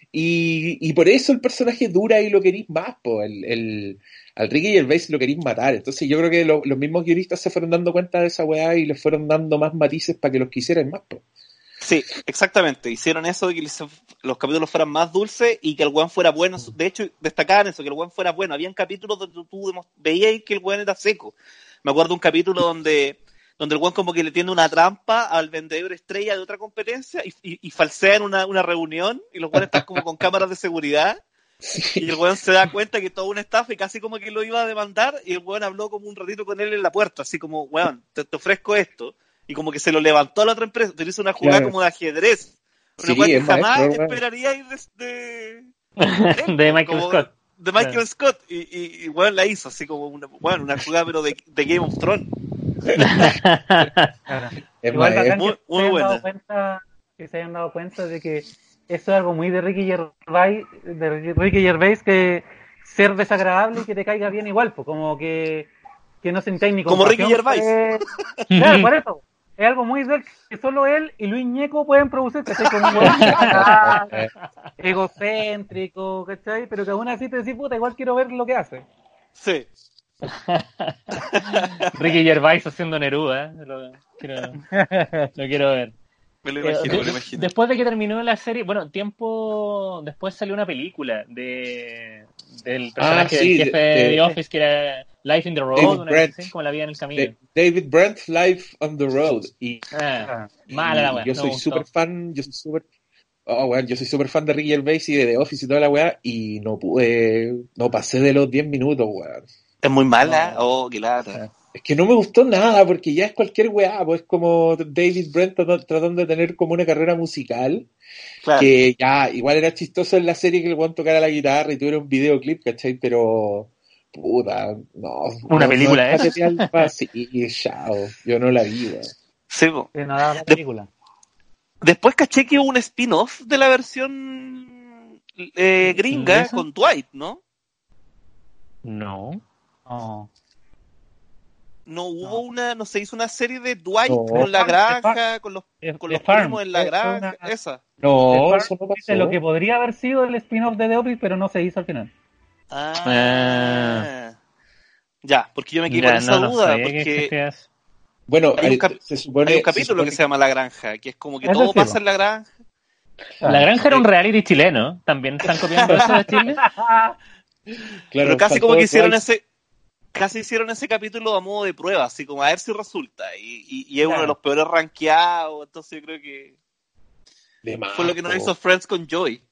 Y, y por eso el personaje dura y lo querís más, po. El, el, al Ricky Gervais lo querís matar. Entonces yo creo que lo- los mismos guionistas se fueron dando cuenta de esa weá y les fueron dando más matices para que los quisieran más, po.
Sí, exactamente. Hicieron eso de que les- los capítulos fueran más dulces y que el weón fuera bueno. De hecho, destacaban eso, que el weón fuera bueno. Habían capítulos donde tú demos- veías que el weón era seco. Me acuerdo un capítulo donde, donde el weón como que le tiende una trampa al vendedor estrella de otra competencia y, y, y falsean una, una reunión y los weones están como con cámaras de seguridad. Y el weón se da cuenta que todo una estafa y casi como que lo iba a demandar y el weón habló como un ratito con él en la puerta, así como, weón, te, te ofrezco esto. Y como que se lo levantó a la otra empresa, utiliza una jugada
Claro.
como de ajedrez. Una
Sí,
weá que
es maestro,
jamás
weón.
esperaríais de, de,
De Michael
como
Scott.
De Michael
Claro.
Scott. Y, y, y weón la hizo, así como una, weón, una jugada pero de, de Game of Thrones.
Claro.
Es
Igual
maestro.
bacán
Muy-
que
muy
se hayan
buena.
dado cuenta, que se hayan dado cuenta de que eso es algo muy de Ricky Gervais, de Ricky Gervais, que ser desagradable y que te caiga bien igual, pues como que, que no sentáis ni
Como Ricky
compasión.
Gervais.
pues, claro, por eso. Es algo muy de él, que solo él y Luis Ñeco pueden producir, ¿cachai? Como un hueón desagradable, egocéntrico, ¿cachai? Pero que aún así te decís, puta, igual quiero ver lo que hace.
Sí.
Ricky Gervais haciendo Neruda, ¿eh? Lo quiero, lo quiero ver.
Me lo
Eh,
imagino,
de-
me lo imagino.
Después de que terminó la serie, bueno, tiempo después salió una película de del personaje
Ah, sí,
del jefe
de-
de,
de-
The Office, que era Life in the Road,
David
una
Brent.
cosa así, como la vida en el camino.
De- David Brent, Life on the Road. Y,
Ah,
y
mala la weá.
yo
no
soy
me gustó.
súper fan, yo soy súper oh, weón, yo soy súper fan de Ricky Gervais y de The Office y toda la weá, y no pude, no pasé de los diez minutos, weón.
Es muy mala.
No.
Oh, qué lata.
Es que no me gustó nada, porque ya es cualquier weá, pues es como David Brent trat- tratando de tener como una carrera musical,
Claro.
que ya, igual era chistoso en la serie que el weón tocara la guitarra y tuviera un videoclip, ¿cachai? Pero, puta, no.
¿Una
no,
película
no es
es?
material pa- sí, chao, yo no la vi, weón.
Sí, po.
Que no daba la
De-
película.
Después caché que hubo un spin-off de la versión eh, gringa
¿Inglesa?
con Dwight, ¿no?
No.
No.
No hubo
No.
una, no se hizo una serie de Dwight
No.
con la
The Farm, The
granja, con los,
The-
con
The
los
Farm.
primos en la
Fue- fue
granja,
una-
esa.
The
No,
Farm
eso no
dice
pasó.
lo que podría haber sido el spin-off de The Office, pero no se hizo al final.
Ah. Ya, porque yo me quedé
Ya,
con esa
no, no
duda,
sabía que
porque
existía eso.
Bueno,
hay un,
hay-
cap-
se supone,
hay un
se
capítulo
supone
que se llama La Granja, que es como que
Eso
todo
sí,
pasa
po.
en la granja.
La Granja era un reality chileno. ¿También están copiando eso de Chile?
claro,
Pero casi
faltó
como que hicieron
Dwight.
ese, casi hicieron ese capítulo a modo de prueba, así como a ver si resulta. Y, y, y es uno de
Claro.
los peores rankeados, entonces yo creo que
De más,
fue lo que nos
po.
hizo Friends con Joy.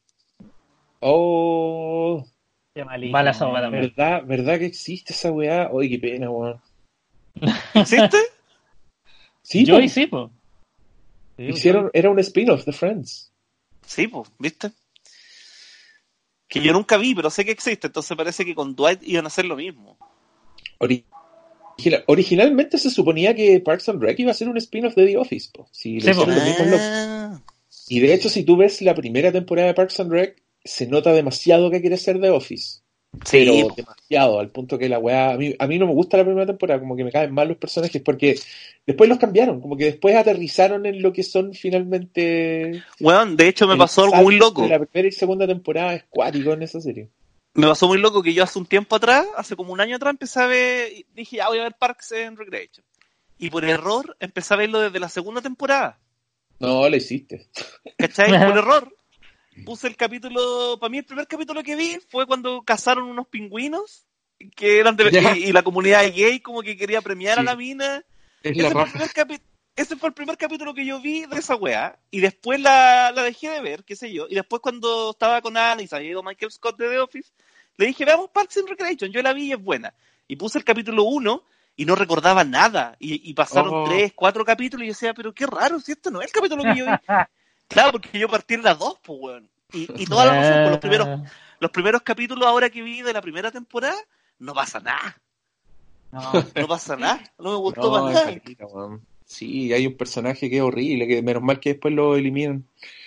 Oh,
Qué malísimo,
Mala esa
weón.
weá también.
¿verdad, ¿verdad que existe esa weá? Oye, qué pena, weón.
¿Existe?
Sí,
Yo
po.
y sí, po.
Sí,
Hicieron, era un spin-off de Friends.
Sí, pues, ¿viste? Que yo nunca vi, pero sé que existe, entonces parece que con Dwight iban a hacer lo mismo.
Origina- originalmente se suponía que Parks and Rec iba a ser un spin-off de The Office, po. Si
Sí,
lo
po.
hicieron los mismos locos.
Ah,
Y de hecho, si tú ves la primera temporada de Parks and Rec, se nota demasiado que quiere ser The Office. Pero
sí, po.
demasiado, al punto que la weá... A mí, a mí no me gusta la primera temporada, como que me caen mal los personajes, porque después los cambiaron, como que después aterrizaron en lo que son finalmente...
Weón, de hecho me
el
pasó algo
salto
muy loco.
de la primera y segunda temporada es cuático en esa serie.
Me pasó muy loco que yo hace un tiempo atrás, hace como un año atrás, empecé a ver, y dije, ya voy a ver Parks and Recreation. Y por error empecé a verlo desde la segunda temporada.
No, lo hiciste.
¿Cachai? Por error. Puse el capítulo, para mí el primer capítulo que vi fue cuando cazaron unos pingüinos que eran de,
Ya.
y, y la comunidad gay como que quería premiar
Sí.
a la mina.
Es
Ese
la
fue, el
raja.
primer capi- ese fue el primer capítulo que yo vi de esa weá. Y después la, la dejé de ver, qué sé yo. Y después cuando estaba con Ana y se había ido Michael Scott de The Office, le dije, veamos Parks and Recreation. Yo la vi y es buena. Y puse el capítulo uno y no recordaba nada. Y, y pasaron
Oh.
tres, cuatro capítulos y yo decía, pero qué raro, si esto no es el capítulo que yo vi. Claro, porque yo partí en las dos, pues, weón. Y, y toda la razón, por los primeros,
Ah,
los primeros capítulos ahora que vi de la primera temporada, no pasa nada.
No.
No pasa nada. No me gustó
No,
para
es
nada.
caleta, weón. Sí, hay un personaje que es horrible, que menos mal que después lo eliminan.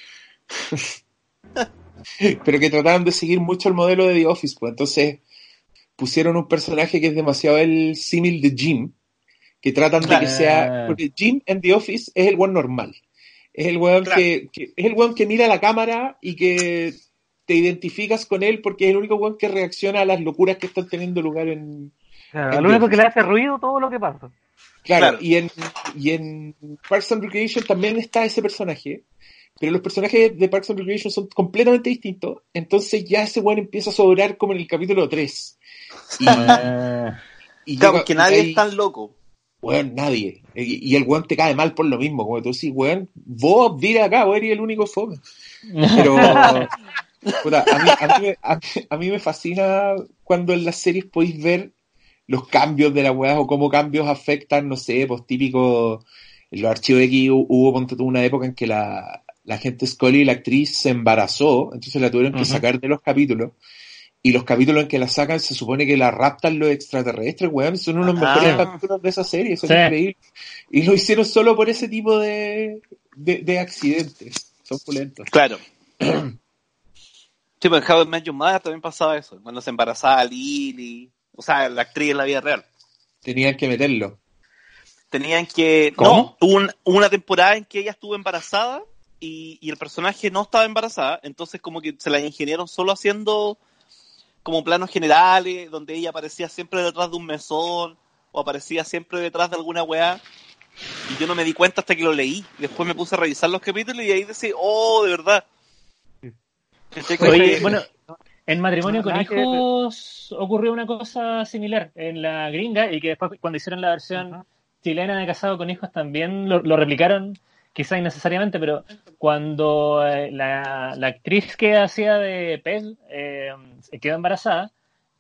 Pero que trataron de seguir mucho el modelo de The Office, pues entonces pusieron un personaje que es demasiado el símil de Jim, que tratan de que
Claro.
sea, porque Jim en The Office es el weón normal, es el weón
Claro.
que, que es el weón que mira la cámara y que te identificas con él porque es el único weón que reacciona a las locuras que están teniendo lugar en...
Claro,
en
lo
The
único que
Office.
le hace ruido todo lo que pasa.
Claro,
Claro.
Y, en, y en Parks and Recreation también está ese personaje, pero los personajes de Parks and Recreation son completamente distintos, entonces ya ese weón empieza a sobrar como en el capítulo tres. Y,
ah,
y
Claro,
llega-
porque
y
nadie
hay-
es tan loco.
Weón, nadie. Y, y el weón te cae mal por lo mismo, como tú decís, weón, vos vira acá, vos eres el único fome. Pero, puta, a mí, a, mí, me- a, mí- a mí me fascina cuando en las series podéis ver los cambios de la weá o cómo cambios afectan, no sé, pues típico, en los archivos X hu- hubo ponte tú, una época en que la, la gente Scully, la actriz, se embarazó, entonces la tuvieron que
Ujú.
sacar de los capítulos. Y los capítulos en que la sacan se supone que la raptan los extraterrestres, weón, son unos
Ah.
mejores capítulos de esa serie, son
Sí.
increíbles. Y lo hicieron solo por ese tipo de, de, de accidentes. Son pulentos.
Claro. Sí, pues en How I Met Your Mother también pasaba eso. Cuando se embarazaba Lily, o sea, la actriz en la vida real.
Tenían que meterlo.
Tenían que...
¿Cómo?
No, hubo un- hubo una temporada en que ella estuvo embarazada y, y el personaje no estaba embarazada, entonces como que se la ingeniaron solo haciendo como planos generales, donde ella aparecía siempre detrás de un mesón, o aparecía siempre detrás de alguna weá, y yo no me di cuenta hasta que lo leí. Después me puse a revisar los capítulos y ahí decía, oh, de verdad. ¿Cachai? Como
Oye,
que-
bueno, en Matrimonio
No,
con
nada que-
Hijos ocurrió una cosa similar en la gringa y que después cuando hicieron la versión
Ajá.
chilena de Casado con Hijos también lo, lo replicaron, quizá innecesariamente, pero cuando eh, la, la actriz que hacía de Pell eh, quedó embarazada,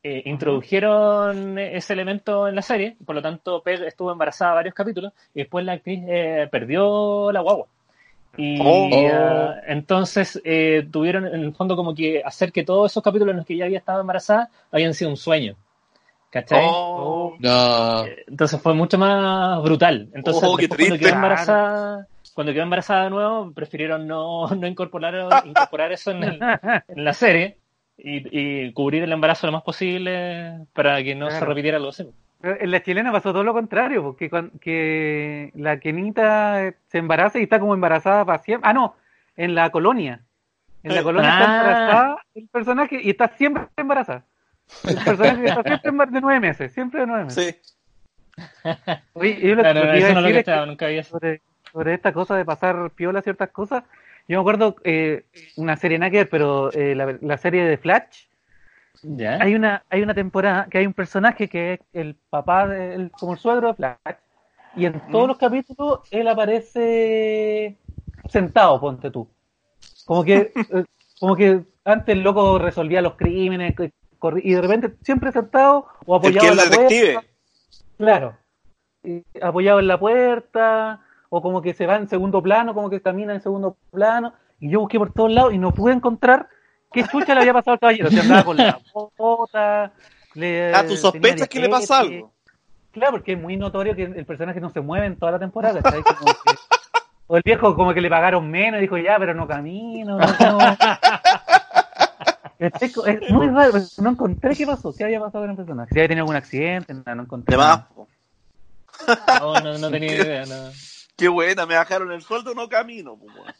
eh, introdujeron ese elemento en la serie, por lo tanto Peg estuvo embarazada varios capítulos y después la actriz eh, perdió la guagua. Y
Oh.
uh, entonces eh, tuvieron en el fondo como que hacer que todos esos capítulos en los que ella había estado embarazada habían sido un sueño. ¿Cachai?
Oh.
No.
Entonces fue mucho más brutal. Entonces
Oh, qué
después, cuando
triste.
quedó embarazada, cuando quedó embarazada de nuevo, prefirieron no, no incorporar, incorporar eso en, el, en la serie y, y cubrir el embarazo lo más posible para que no
Claro.
se repitiera algo así.
Pero en la chilena pasó todo lo contrario, porque cuan- que la Kenita eh, se embaraza y está como embarazada para siempre. Ah, no, en la colonia. En la colonia está
Ah.
embarazada el personaje y está siempre embarazada. El personaje está siempre embar- de nueve meses, siempre de nueve meses.
Sí.
Oye, yo lo,
Claro,
lo que iba
eso
a
no lo
decir
que
es que
estaba, nunca había eso.
sobre, sobre esta cosa de pasar piola ciertas cosas, yo me acuerdo eh, una serie nada que ver, pero eh, la, la serie de Flash.
¿Ya?
Hay una, hay una temporada que hay un personaje que es el papá, de, el- como el suegro de Flash, y en todos
Mm.
los capítulos él aparece sentado, ponte tú. Como que, eh, como que antes el loco resolvía los crímenes, que corri- y de repente siempre sentado o
El
apoyado
que es
en la
el detective.
puerta. Claro. Y apoyado en la puerta, o como que se va en segundo plano, como que camina en segundo plano, y yo busqué por todos lados y no pude encontrar qué chucha le había pasado al caballero. Se andaba con la bota, le,
Ah, tú sospechas que le pasa
diabetes.
algo.
Claro, porque es muy notorio que el personaje no se mueve en toda la temporada, ¿cachai? Como que- o el viejo como que le pagaron menos y dijo, ya, pero no camino, no... no. ¿Cachai? Es muy raro, no encontré qué pasó, qué había pasado con el personaje. Si había tenido algún accidente, no, no encontré
De
nada.
más, po.
No, no, no tenía idea. No.
Qué buena, me bajaron el sueldo, no camino, po, weón.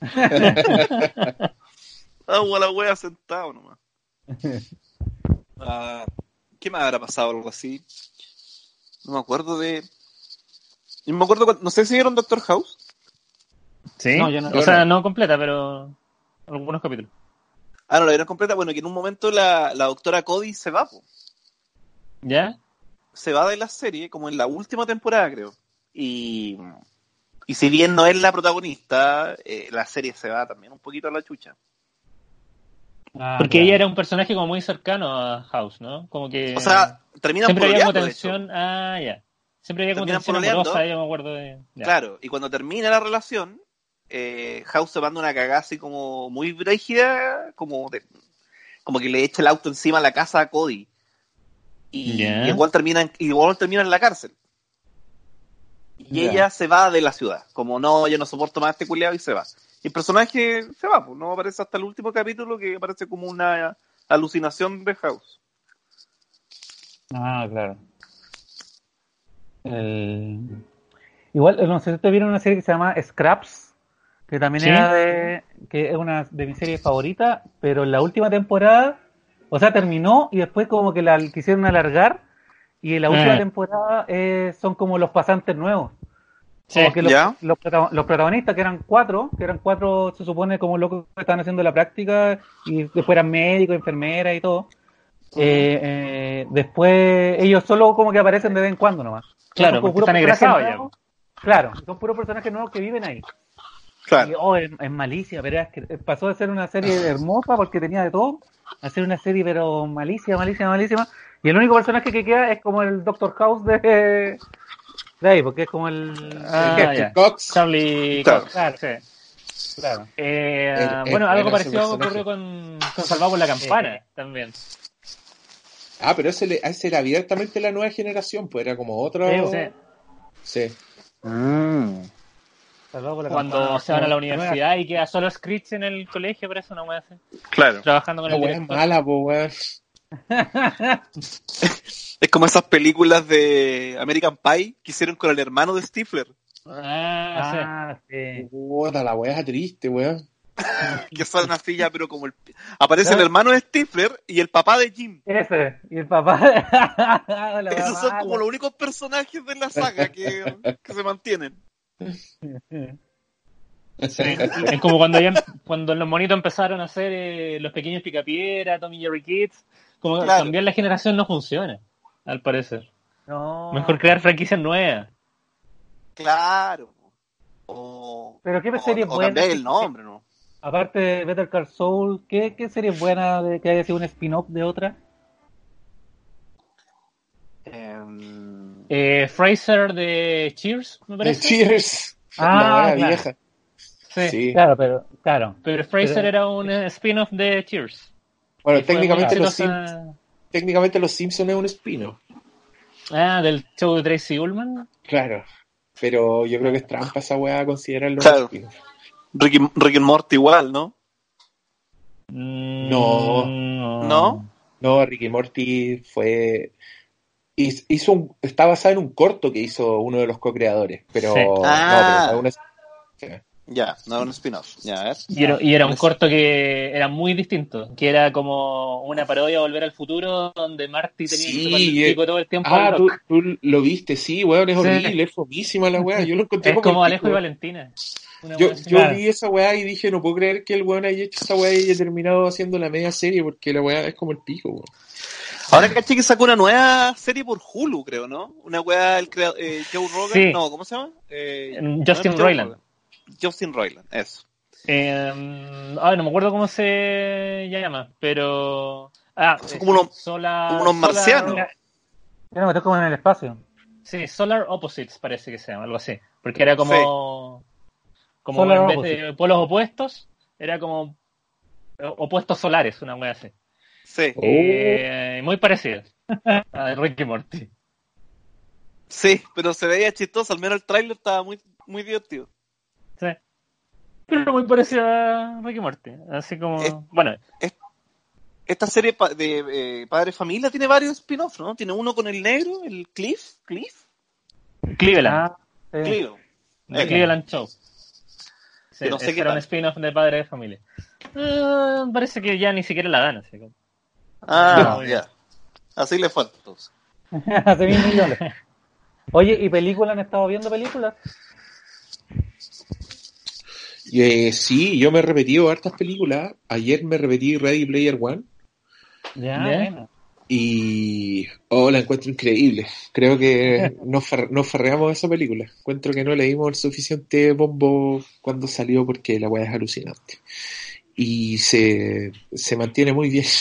Hago la wea sentado nomás. Ah, ¿qué me habrá pasado? Algo así. No me acuerdo de. No me acuerdo. cuando- No sé si vieron Doctor House.
¿Sí?
No, yo no-
o
yo
sea,
no.
no completa, pero algunos capítulos.
Ah, no la vieron completa. Bueno, que en un momento la, la doctora Cody se va, po.
¿Ya?
Se va de la serie, como en la última temporada, creo. Y. Y si bien no es la protagonista, eh, la serie se va también un poquito a la chucha.
Ah,
Porque
claro.
ella era un personaje como muy cercano a House, ¿no? Como que
O sea, terminan
siempre había como
pololeando, de hecho.
tensión. Ah, ya. Siempre había como
Terminan
tensión
pololeando.
amorosa, yo me acuerdo de. Ya.
Claro, y cuando termina la relación, eh, House se manda una cagada así como muy brígida, como de, como que le echa el auto encima a la casa a Cody. Y,
Ya.
y igual termina en, igual termina en la cárcel. Y
Ya.
ella se va de la ciudad, como no, yo no soporto más a este culiado y se va. Y el personaje se va, pues no aparece hasta el último capítulo que aparece como una alucinación de House.
Ah, claro. El- Igual, no sé si ustedes vieron una serie que se llama Scraps, que también
Sí.
era de, que es una de mis series favoritas, pero en la última temporada, o sea, terminó y después como que la quisieron alargar y en la última
Ah.
temporada eh, son como los pasantes nuevos.
Sí.
Como que los,
¿Ya?
los, prota- los protagonistas, que eran cuatro, que eran cuatro, se supone, como locos que estaban haciendo la práctica y después eran médicos, enfermeras y todo. Eh, eh, después ellos solo como que aparecen de vez en cuando nomás.
Claro,
Son como
porque
puros
están
personajes
egresados ya.
nuevos. Claro, son puros personajes nuevos que viven ahí. Y,
Claro.
oh, es, es malísima, pero es que pasó de ser una serie hermosa porque tenía de todo, a ser una serie pero malísima, malísima, malísima. Y el único personaje que queda es como el Doctor House de, de ahí, porque es como el, el
Ah,
jefe.
ya.
Cox.
Charlie
Claro.
Cox.
Claro.
Sí.
Claro.
Eh,
Es- es
bueno, algo
bueno ese
parecido
personaje.
ocurrió con, con Salvado por la Campana también.
Ah, pero ese, le- ese era abiertamente la nueva generación, pues era como otro.
Sí,
Sí.
Mm.
Salvado por la
Cuando
campana.
se van a la
Como-
universidad y queda solo Screech en el colegio, por eso no me hace.
Claro.
Trabajando con
La
el
weá es
director.
mala, pues, weón.
Es como esas películas de American Pie que hicieron con el hermano de Stifler,
Ah,
Ah, sí.
Puta, la weá es triste, weón.
que salen así ya, pero como el... Aparece el hermano de Stifler y el papá de Jim.
Ese, y el papá. La
Esos son
mamá,
como los únicos personajes de la saga que, que se mantienen.
sí. Sí. Es como cuando ya, cuando los monitos empezaron a hacer eh, los pequeños Picapiedra, Tommy Jerry Kids, como que
Claro.
cambiar la generación no funciona, al parecer.
No.
Mejor crear franquicias nuevas.
Claro. O,
Pero qué
o,
serie
o
buena.
cambiar el nombre, ¿no?
Aparte de Better Call Saul, ¿qué, qué serie buena de que haya sido un spin-off de otra?
Eh, Fraser de Cheers, me
De
parece.
Cheers.
Ah,
la wea
claro.
vieja.
Sí.
Sí.
Claro, pero, claro.
Pero Fraser
Pero-
era un eh, spin-off de Cheers.
Bueno,
Y fue muy
técnicamente los, Sim-
exitosa.
técnicamente los Simpsons es un spin-off.
Ah, del show de Tracy Ullman.
Claro. Pero yo creo que es trampa esa weá considerarlo
Claro.
un spin-off.
Ricky, Ricky and Morty igual, ¿no?
Mm,
No.
¿No?
No, Ricky Morty fue. hiz- Hizo un, está basado en un corto que hizo uno de los co-creadores. Pero.
Sí.
No,
Ah.
pero es una. sí.
Ya, no era un spin-off. Ya, a ver.
Y era, y era un
Eso.
corto que era muy distinto, que era como una parodia de Volver al Futuro, donde Marty tenía
Sí,
que tocarle el
eh,
pico todo el tiempo
Ah,
al
tú,
Doc.
tú lo viste, sí, weón, es
Sí.
horrible, es fomísima la weá. Yo lo encontré
Es
como,
como
el
Alejo
pico.
y Valentina. Una
Yo,
wea así.
yo
Claro.
vi esa weá y dije, no puedo creer que el weón haya hecho esa weá y haya terminado haciendo la media serie, porque la weá es como el pico, weón.
Ahora caché que sacó una nueva serie por Hulu, creo, ¿no? Una weá, el creador, eh, Joe Rogan,
Sí.
no, ¿cómo se llama? Eh,
Mm,
no
Justin
es Joe
Roiland.
Rogan. Justin Roiland, eso.
Eh, ay, no me acuerdo cómo se llama, pero... Ah,
Son
eh,
como unos-
Solar,
como unos
Solar-
marcianos.
Ya no me estoy como en el espacio.
Sí, Solar Opposites parece que se llama, algo así. Porque era como... Como
Solar
en vez
Opposites.
de polos opuestos, era como opuestos solares, una wea así.
Sí,
Oh.
Eh, muy parecido a Ricky Morty.
sí, pero se veía chistoso, al menos el tráiler estaba muy, muy divertido.
Sí. Pero muy parecido a Ricky Morty. Así como...
Es-
Bueno,
Esta serie pa- de eh, Padre Familia tiene varios spin-offs, ¿no? Tiene uno con el negro, el Cliff, Cliff,
Cleveland.
Ah, sí.
Cliff.
The
Eh,
Cleveland Show. Sí,
Que no sé
ese
qué
era
tal.
un spin-off de Padre de Familia. Eh, parece que ya ni siquiera la dan. Así como...
Ah,
No,
ya. Así le fue entonces.
Hace mil millones. Oye, ¿y películas? ¿Han estado viendo películas?
Y, eh, sí, yo me he repetido hartas películas. Ayer me repetí Ready Player One
Ya,
¿Ya?
bueno.
y oh, la encuentro increíble. Creo que nos, fer- nos ferreamos esa película. Encuentro que no le dimos el suficiente bombo cuando salió porque la weá es alucinante. Y se, se mantiene muy bien.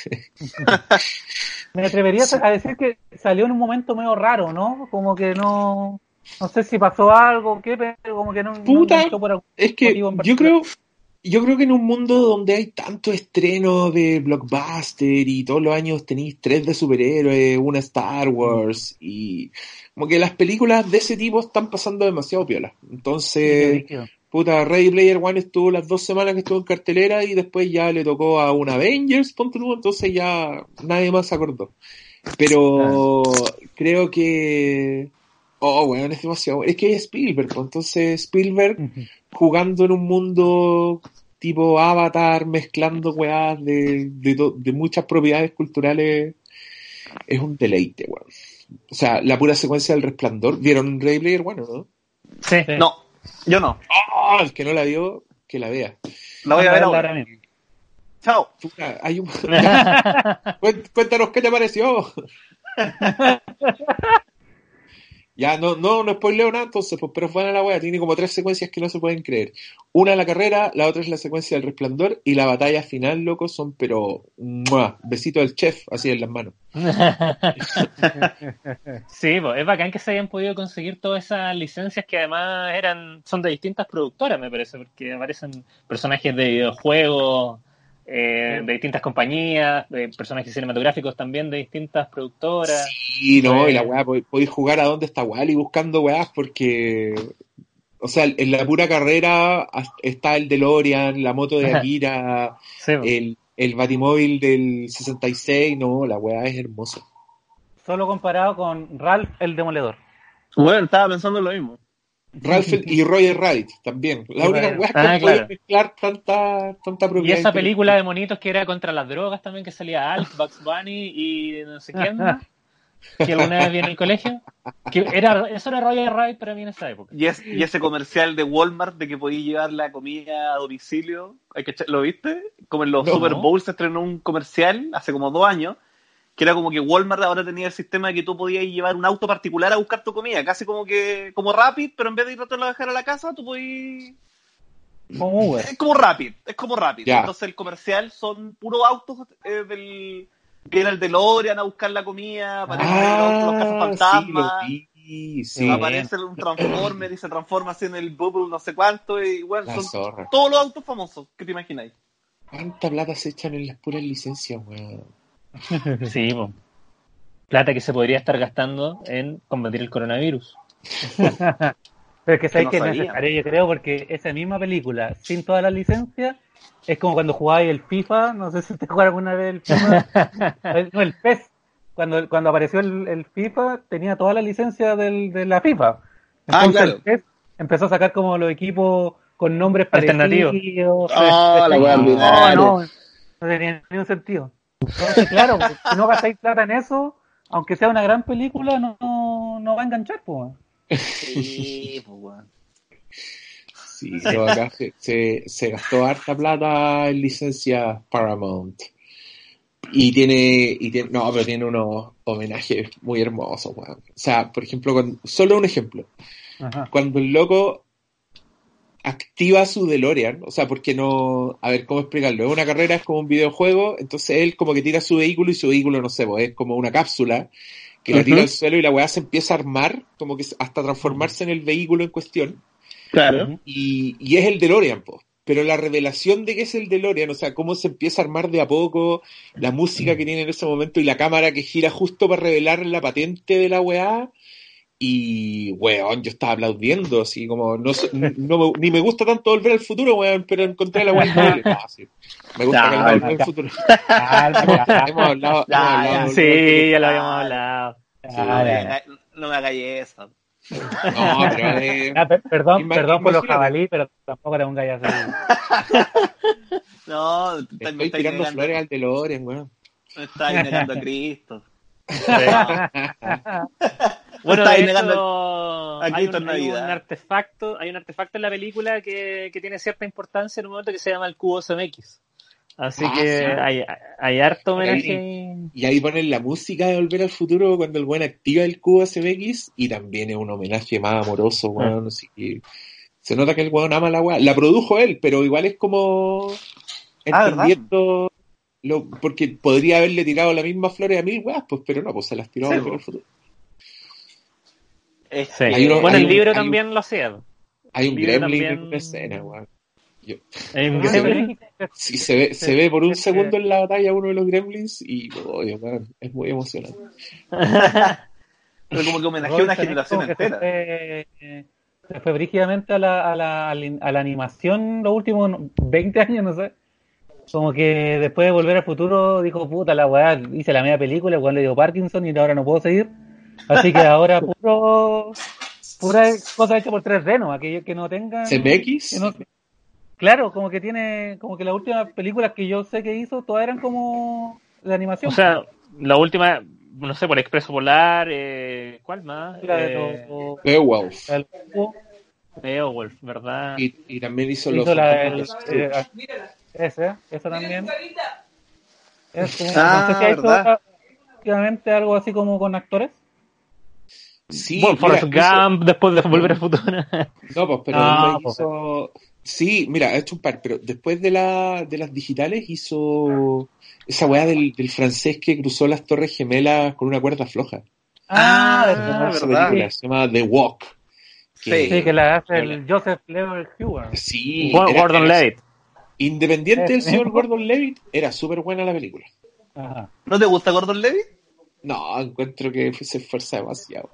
Me atrevería a decir que salió en un momento medio raro, ¿no? Como que no... No sé si pasó algo o qué, pero como que no... no
Puta,
enganchó por algún
Es que
motivo en
yo
particular.
creo, yo creo que en un mundo donde hay tanto estreno de blockbuster y todos los años tenéis tres de superhéroes, una Star Wars y como que las películas de ese tipo están pasando demasiado piola.
Sí, qué
Entonces,
brígido.
puta, Ready Player One estuvo las dos semanas que estuvo en cartelera y después ya le tocó a un Avengers, ponte tú, entonces ya nadie más se acordó. Pero creo que... Oh, weón, es demasiado... Es que es Spielberg, pues, entonces Spielberg
Ujú.
jugando en un mundo tipo Avatar, mezclando weas de, de, to- de muchas propiedades culturales, es un deleite, weón. O sea, la pura secuencia del Resplandor, ¿vieron Ready Player One o no?
Sí.
No, yo no.
¡Oh! El que no la vio, que la vea.
La voy a ver
Anda,
ahora.
ahora mismo.
Chao.
Puta, hay un... Cuént- Cuéntanos qué te pareció. Ya, no, no, no spoileo nada entonces, pues, pero fue a la wea, tiene como tres secuencias que no se pueden creer. Una la carrera, la otra es la secuencia del Resplandor y la batalla final, loco, son pero ¡mua! Besito del chef, así en las manos.
Sí, pues, es bacán que se hayan podido conseguir todas esas licencias que además eran son de distintas productoras, me parece, porque aparecen personajes de videojuegos eh, de distintas compañías, de personajes cinematográficos también de distintas productoras.
Y no,
Pues-
y la weá, pod- podéis jugar a dónde está Wally buscando weás porque, o sea, en la pura carrera as- está el DeLorean, la moto de Akira,
Sí, pues.
el, el Batimóvil del sesenta y seis, no, la weá es hermosa.
Solo comparado con Ralph el Demoledor.
Bueno, estaba pensando lo mismo.
Ralph y Roger Rabbit también. La
Sí,
única
bueno.
weá que
Ah,
podéis
claro.
mezclar tanta, tanta
Y
propiedad.
esa película de monitos que era contra las drogas también, que salía Alf, Bugs Bunny y no sé quién más, que alguna vez vi en el colegio. Que era, eso era Roger Rabbit para mí en esa época.
Y, es, y ese comercial de Walmart de que podías llevar la comida a domicilio, hay que echar- ¿lo viste? Como en los
No.
Super Bowl se estrenó un comercial hace como dos años, que era como que Walmart ahora tenía el sistema de que tú podías llevar un auto particular a buscar tu comida, casi como que como Rapid, pero en vez de ir a dejar a la casa, tú podías...
Como Uber.
Es como Rapid, es como Rapid.
Ya.
Entonces el comercial son puros autos eh, del, viene el DeLorean a buscar la comida, aparecen
Ah,
los, los cazafantasmas,
sí, lo vi, sí.
aparece un Transformer y se transforma así en el Bubble no sé cuánto, y bueno,
La
son
zorra.
todos los autos famosos que te imagináis.
¿Cuánta plata se echan en las puras licencias, weón?
Sí, po. Plata que se podría estar gastando en combatir el coronavirus.
Pero es que sabéis
no
que es
sabía.
necesario, yo creo, porque esa misma película, sin todas las licencias, es como cuando jugabais el FIFA, no sé si te jugaron alguna vez el FIFA, el, no, el P E S, cuando, cuando apareció el, el FIFA, tenía todas las licencias del, de la FIFA.
Ah,
Entonces
claro.
el P E S empezó a sacar como los equipos con nombres
Alternativos.
parecidos.
Ah, la wea
no,
ordinaria.
no, no tenía ningún sentido. Entonces, claro, si no gastáis plata en eso, aunque sea una gran película, no, no, no va a enganchar, pues.
Sí, pues, weón.
Sí, no, acá se, se, se gastó harta plata en licencias Paramount. Y tiene, y tiene, no, pero tiene unos homenajes muy hermosos, weón. O sea, por ejemplo, cuando, solo un ejemplo.
Ajá.
Cuando el loco activa su DeLorean, o sea, porque no, a ver, ¿cómo explicarlo? Es una carrera, es como un videojuego, entonces él como que tira su vehículo y su vehículo, no sé, pues es como una cápsula que la tira
Ujú.
al suelo y la weá se empieza a armar, como que hasta transformarse en el vehículo en cuestión.
Claro.
Y, y es el DeLorean, po. Pero la revelación de que es el DeLorean, o sea, cómo se empieza a armar de a poco, la música que tiene en ese momento y la cámara que gira justo para revelar la patente de la weá. Y, weón, yo estaba aplaudiendo, así como, no, sé, no me- ni me gusta tanto Volver al Futuro, weón, pero encontré la weá increíble. No, sí, me gusta
Ya,
que la Volver al
ya.
Futuro.
Calma,
hemos,
ya,
hemos hablado,
Ya,
hemos hablado
ya.
de Volver al
Sí, ya lo
Ah,
habíamos hablado.
ya,
Sí,
No
ya,
me
ya.
hagáis- no me hagáis eso.
Futuro. No, pero eh,
Ah, per- perdón,
ima-
perdón por los
imagínate,
jabalí, pero tampoco era un gallo así.
No,
le
te- me
estoy
estáis
tirando
negando,
flores al DeLorean, weón.
me estáis negando a Cristo.
Bueno,
Estáis
de
negando
hecho,
a
hay
Cristo
un,
en
hay un
Navidad.
artefacto, hay un artefacto en la película que, que tiene cierta importancia en un momento que se llama el cubo C M X. Así
Ah,
que
sí.
hay, hay harto
Y
homenaje.
ahí, y ahí ponen la música de Volver al Futuro cuando el weón activa el cubo S M X y también es un homenaje más amoroso, weón. Así que se nota que el weón ama la weá. La produjo él, pero igual es como
Ah,
entendiendo lo, porque podría haberle tirado la misma flores a mil weas, pues, pero no, pues se las tiró
Sí,
a Volver
po.
al Futuro.
Es
Sí.
Hay uno-
Bueno,
hay
el
un-
libro
hay un-
también lo hacía.
Hay un
El libro
gremlin
también-
en una escena, weón. Yo-
Hay un
Ah,
se ve-
gremlin.
sí, se ve, se ve por un
Es que-
segundo en la batalla uno de los gremlins y oh, Dios, weón, es muy emocionante.
pero como que homenajeó a
Robert
una
Zemeckis
generación
como que se
entera.
fue, eh, se fue brígidamente a la, a, la, a la- a la animación los últimos veinte años, no sé. Como que después de Volver al Futuro dijo, puta la weá, hice la media película, el weón le dio Parkinson y ahora no puedo seguir. Así que ahora puro pura cosa hecha por tres D, ¿no? Aquellos que no tengan...
C M X,
que no- claro, como que tiene, como que las últimas películas que yo sé que hizo, todas eran como de animación.
O sea, la última, no sé, por Expreso Polar, eh, ¿cuál más?
la de
Eh,
los-
Beowulf.
la del-
Beowulf, ¿verdad?
Y, y también hizo los
hizo la
fantasmas
del-
de Scrooge.
eh, ese, eso también. Es como,
Ah,
no sé si ha hecho
verdad.
últimamente algo así como con actores.
Sí,
Bueno, Forrest
mira, hizo-
Gump, después de Volver al Futuro.
no, pues, pero
No,
después
pues.
hizo... Sí, mira, ha hecho un par, pero después de, la, de las digitales hizo esa weá del, del francés que cruzó las Torres Gemelas con una cuerda floja.
Ah,
verdad.
Esa
verdad.
película se llama The Walk.
Sí.
Sí, que la hace el Joseph Leonard Hewer.
Sí,
Gordon
era-
Gordon
era-
Levitt.
Independiente del
Ese
señor
mismo.
Gordon Levitt, era súper buena la película.
Ajá.
¿No te gusta Gordon Levitt?
No, encuentro que se esfuerza demasiado.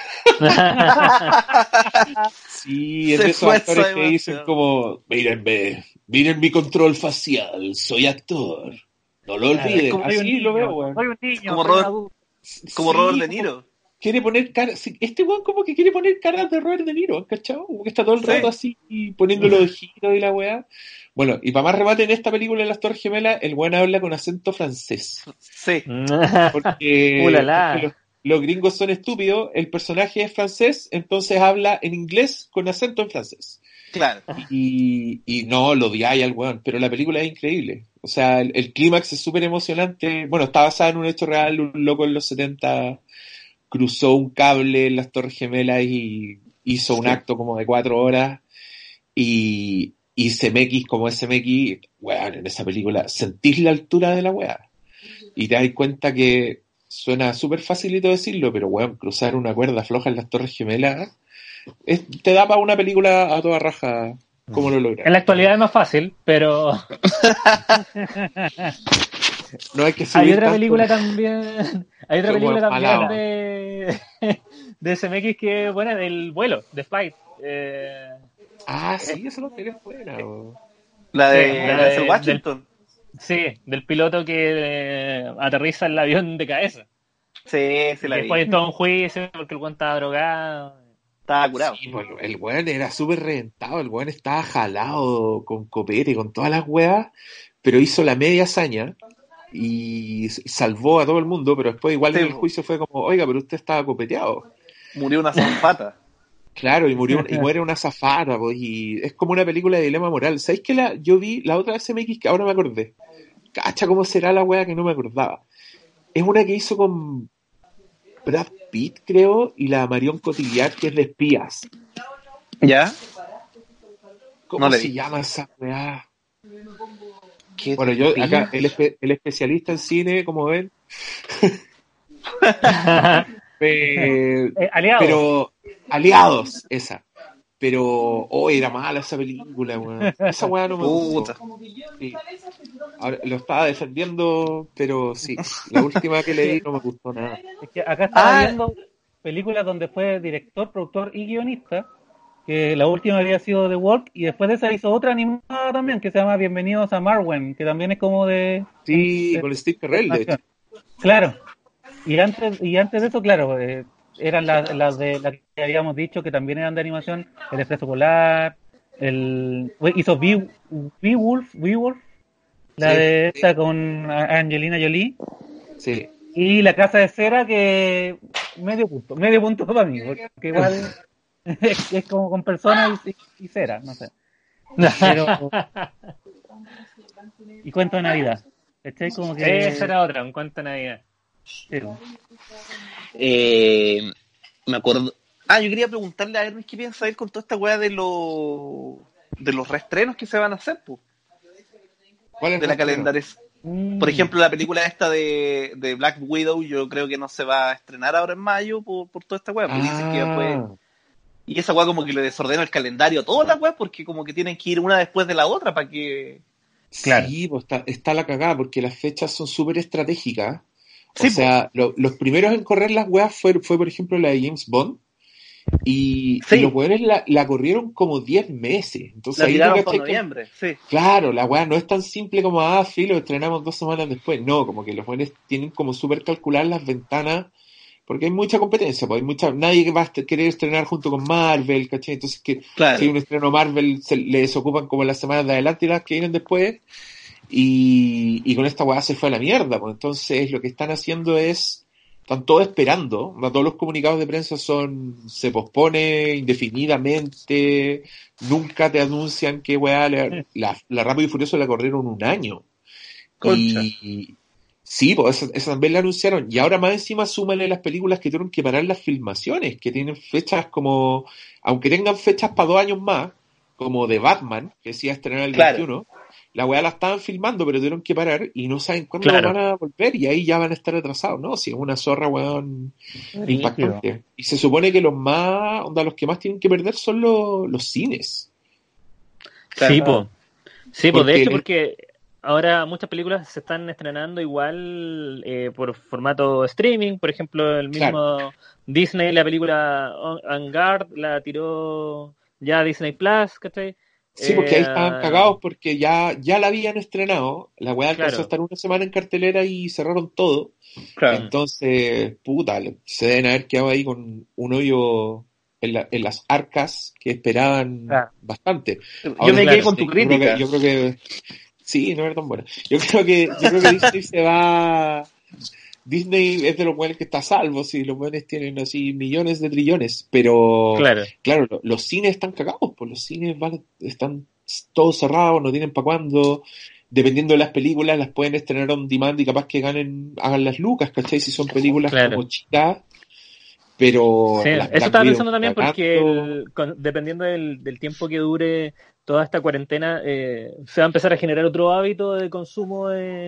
Sí, es
Se
de esos
esfuerza
actores que
demasiado.
dicen como, mírenme, miren mi control facial, soy actor. No lo olviden.
es como-
Soy un
Así
niño,
lo veo, weón.
soy un niño,
Como
soy
Robert-
un adulto.
Como
Sí,
Robert De
como
Niro.
Quiere poner cara, sí, este weón como que quiere poner caras de Robert De Niro, ¿cachai? Como que está todo el
Sí.
rato así y poniendo los ojitos y la weá. Bueno, y para más remate en esta película de las Torres Gemelas, el weón habla con acento francés.
Sí.
Porque,
Ulala.
porque los, los gringos son estúpidos, el personaje es francés, entonces habla en inglés con acento en francés.
Claro.
Y, y no, lo odiáis al weón, pero la película es increíble. O sea, el, el clímax es súper emocionante. Bueno, está basada en un hecho real, un loco en los setenta cruzó un cable en las Torres Gemelas y hizo un
Sí.
acto como de cuatro horas. Y, y C M X como S M X, weón, en esa película sentís la altura de la weá. y te das cuenta que suena súper facilito decirlo, pero weón, cruzar una cuerda floja en las Torres Gemelas es, te da para una película a toda raja. ¿Cómo lo logran?
En la actualidad es más fácil, pero
no hay que subir
hay otra
tanto.
película también, hay otra
Como
película también
empalado.
de de S M X que es buena, del vuelo, de Flight. Eh,
Ah, sí, eso lo tenés fuera. weón.
La de,
Sí, la
la de
de-
Washington.
sí, del piloto que eh, aterriza el avión de cabeza.
Sí, sí
Y
la vi.
después de todo un juicio porque el weón estaba drogado.
Estaba curado.
Sí, pues, el weón era súper reventado, el weón estaba jalado con copete, con todas las weas, pero hizo la media hazaña y s- salvó a todo el mundo, pero después igual
Sí,
en el
po.
juicio fue como, oiga, pero usted estaba copeteado.
Murió una zapata.
Claro, y murió y muere una azafata, pues, y es como una película de dilema moral. ¿Sabéis que la, yo vi la otra S M X que ahora me acordé? Cacha, ¿cómo será la wea que no me acordaba? Es una que hizo con Brad Pitt, creo, y la Marion Cotillard, que es de espías.
¿Ya?
¿Cómo
No la
se
vi.
llama esa weá?
¿Qué
Bueno, yo
espía?
acá, el, espe- el especialista en cine, como ven, eh,
Eh, aliado.
pero aliados, esa. Pero, oh, era mala esa película, weón. Esa weá no me
Puta.
gustó. Sí. Ahora, lo estaba defendiendo, pero sí, la última que leí no me gustó nada.
Es que acá estaba
Ah.
viendo películas donde fue director, productor y guionista, que la última había sido The Walk, y después de esa hizo otra animada también, que se llama Bienvenidos a Marwen, que también es como de...
Sí,
de-
con Steve Carell, de hecho.
Claro. Y antes, y antes de eso, claro, eh, eran las, las de las que habíamos dicho que también eran de animación, el Expreso Polar, el hizo Be- Beowulf, Beowulf, la
Sí,
de
sí.
esta con A- Angelina Jolie,
Sí.
y La Casa de Cera, que medio punto, medio punto para mí, porque igual es, es como con personas y, y cera, no sé. Pero, y Cuento de Navidad. ¿Cachai? Como que...
Esa era otra, un cuento de Navidad.
sí,
Eh, me acuerdo. Ah, yo quería preguntarle a Ernest qué piensa él con toda esta weá de los de los reestrenos que se van a hacer, pues,
¿Cuál es
de la
el reestreno?
calendarización.
Mm.
Por ejemplo, la película esta de, de Black Widow, yo creo que no se va a estrenar ahora en mayo por, por toda esta weá. Pues dicen que después.
Ah,
Y esa weá como que le desordena el calendario a todas las weas porque como que tienen que ir una después de la otra para que.
Claro.
sí, pues está, está la cagada porque las fechas son súper estratégicas. O
Sí,
sea, lo- los primeros en correr las weas fue, fue, por ejemplo, la de James Bond. Y,
Sí.
y los weones la, la corrieron como diez meses. Entonces
La
ahí tú
tiraron
cachai
por
como-
noviembre, sí.
Claro, la weá no es tan simple como, ah, filo, estrenamos dos semanas después. No, como que los weones tienen como súper calcular las ventanas, porque hay mucha competencia, pues hay mucha, nadie que va a est- querer estrenar junto con Marvel, ¿cachai? Entonces que
Claro.
si hay un estreno Marvel, se les ocupan como las semanas de adelante y las que vienen después, y, y con esta weá se fue a la mierda, pues entonces lo que están haciendo es, están todos esperando, ¿no? Todos los comunicados de prensa son, se pospone indefinidamente, nunca te anuncian que weá, la, la, la Rápido y Furioso la corrieron un año.
Concha.
Y sí, pues esa, esa también la anunciaron. Y ahora más encima súmale las películas que tuvieron que parar las filmaciones, que tienen fechas como, aunque tengan fechas para dos años más, como de Batman, que decía estrenar el
Claro.
veintiuno, la weá la estaban filmando, pero tuvieron que parar y no saben cuándo
Claro.
van a volver y ahí ya van a estar atrasados, ¿no? Si es una zorra, weón, impactante. Y se supone que los más, onda, los que más tienen que perder son los, los cines.
Claro.
Sí, po. Sí, pues de
Porque-
hecho, porque ahora muchas películas se están estrenando igual eh, por formato streaming. Por ejemplo, el mismo
Claro.
Disney, la película On On Guard, la tiró ya Disney Plus, ¿cachai?
Sí, porque ahí
Eh,
estaban cagados porque ya, ya la habían estrenado, la weá alcanzó
Claro.
a estar una semana en cartelera y cerraron todo.
Claro.
Entonces, puta, se deben haber quedado ahí con un hoyo en, la- en las arcas que esperaban
Claro.
bastante.
Yo
Ahora,
me quedé
claro,
con tu
yo creo
crítica.
que- Yo creo que, sí, no era tan buena. Yo creo que, yo creo que Disney se va. Disney es de los buenos que está a salvo, si los buenos tienen así millones de trillones, pero
Claro.
claro, lo- los cines están cagados, pues los cines van, están todos cerrados, no tienen para cuándo. Dependiendo de las películas, las pueden estrenar on demand y capaz que ganen, hagan las lucas, ¿cachai? Si son películas
Claro.
como chicas, pero
Sí,
las
eso
Black
estaba
Widow
pensando también porque
cagando.
el- con- dependiendo del, del tiempo que dure toda esta cuarentena, eh, se va a empezar a generar otro hábito de consumo de,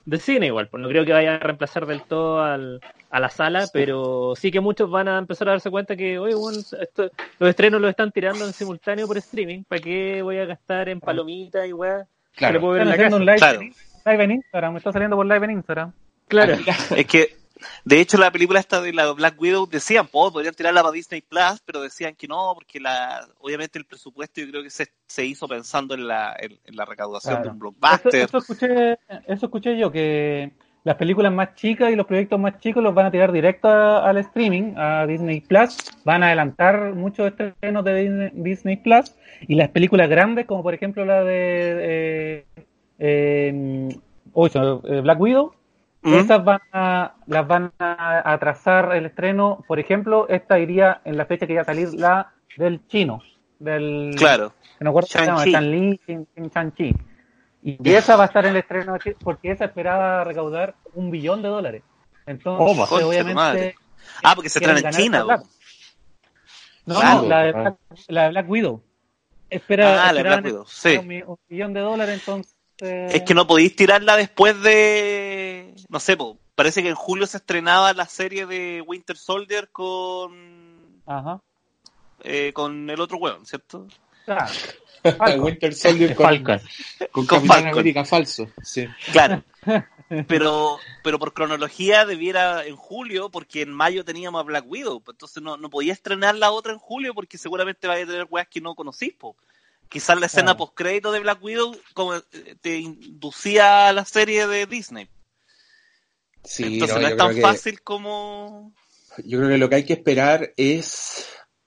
de cine igual, pues no creo que vaya a reemplazar del todo al, a la sala, pero sí que muchos van a empezar a darse cuenta que, oye, bueno, esto, los estrenos los están tirando en simultáneo por streaming, ¿para qué voy a gastar en palomitas y weá?
Claro.
Que lo puedo ver en
Están
la
haciendo
casa.
un live,
Claro.
en, live en Instagram, me está saliendo por live en Instagram.
Claro.
Es que, de hecho, la película esta de la Black Widow decían, po, podrían tirarla para Disney Plus, pero decían que no, porque la, obviamente el presupuesto yo creo que se, se hizo pensando en la, en, en la recaudación
Claro.
de un blockbuster.
Eso, eso escuché, eso escuché yo, que las películas más chicas y los proyectos más chicos los van a tirar directo a- al streaming, a Disney Plus, van a adelantar muchos estrenos de Disney, Disney Plus, y las películas grandes, como por ejemplo la de eh, eh, uy, se me- eh, Black Widow,
¿Mm?
esas van a, las van a atrasar el estreno. Por ejemplo, esta iría en la fecha que iba a salir la del chino, del
Claro.
que no recuerdo cómo se llama,
Shang-Chi.
Chan-Li, Chin- Chin- Chan-Chi. Y esa va a estar en el estreno aquí, porque esa esperaba recaudar un billón de dólares. Entonces,
Toma.
Concha tu
obviamente,
madre. Ah, porque se
quieren
traen en
ganar
China,
esa plata.
po.
No,
Claro.
no, la de, Black, la de Black Widow. Espera,
Ah, la de Black
esperaban
Widow, sí.
un, mi- un billón de dólares, entonces...
Es que no podéis tirarla después de... No sé, po, parece que en julio se estrenaba la serie de Winter Soldier con...
Ajá.
Eh, con el otro hueón, ¿cierto?
Claro. Falcon.
Winter Soldier con,
Falcon.
con
Con
Capitán
Falcon.
América falso. Sí.
Claro. Pero pero por cronología debiera en julio, porque en mayo teníamos a Black Widow, pues entonces no, no podía estrenar la otra en julio porque seguramente vaya a tener weas que no conocís, po. Quizás la escena
Claro.
postcrédito de Black Widow como eh, te inducía a la serie de Disney.
Sí,
Entonces
no,
no,
yo
es tan
creo que-
fácil como...
Yo creo que lo que hay que esperar es...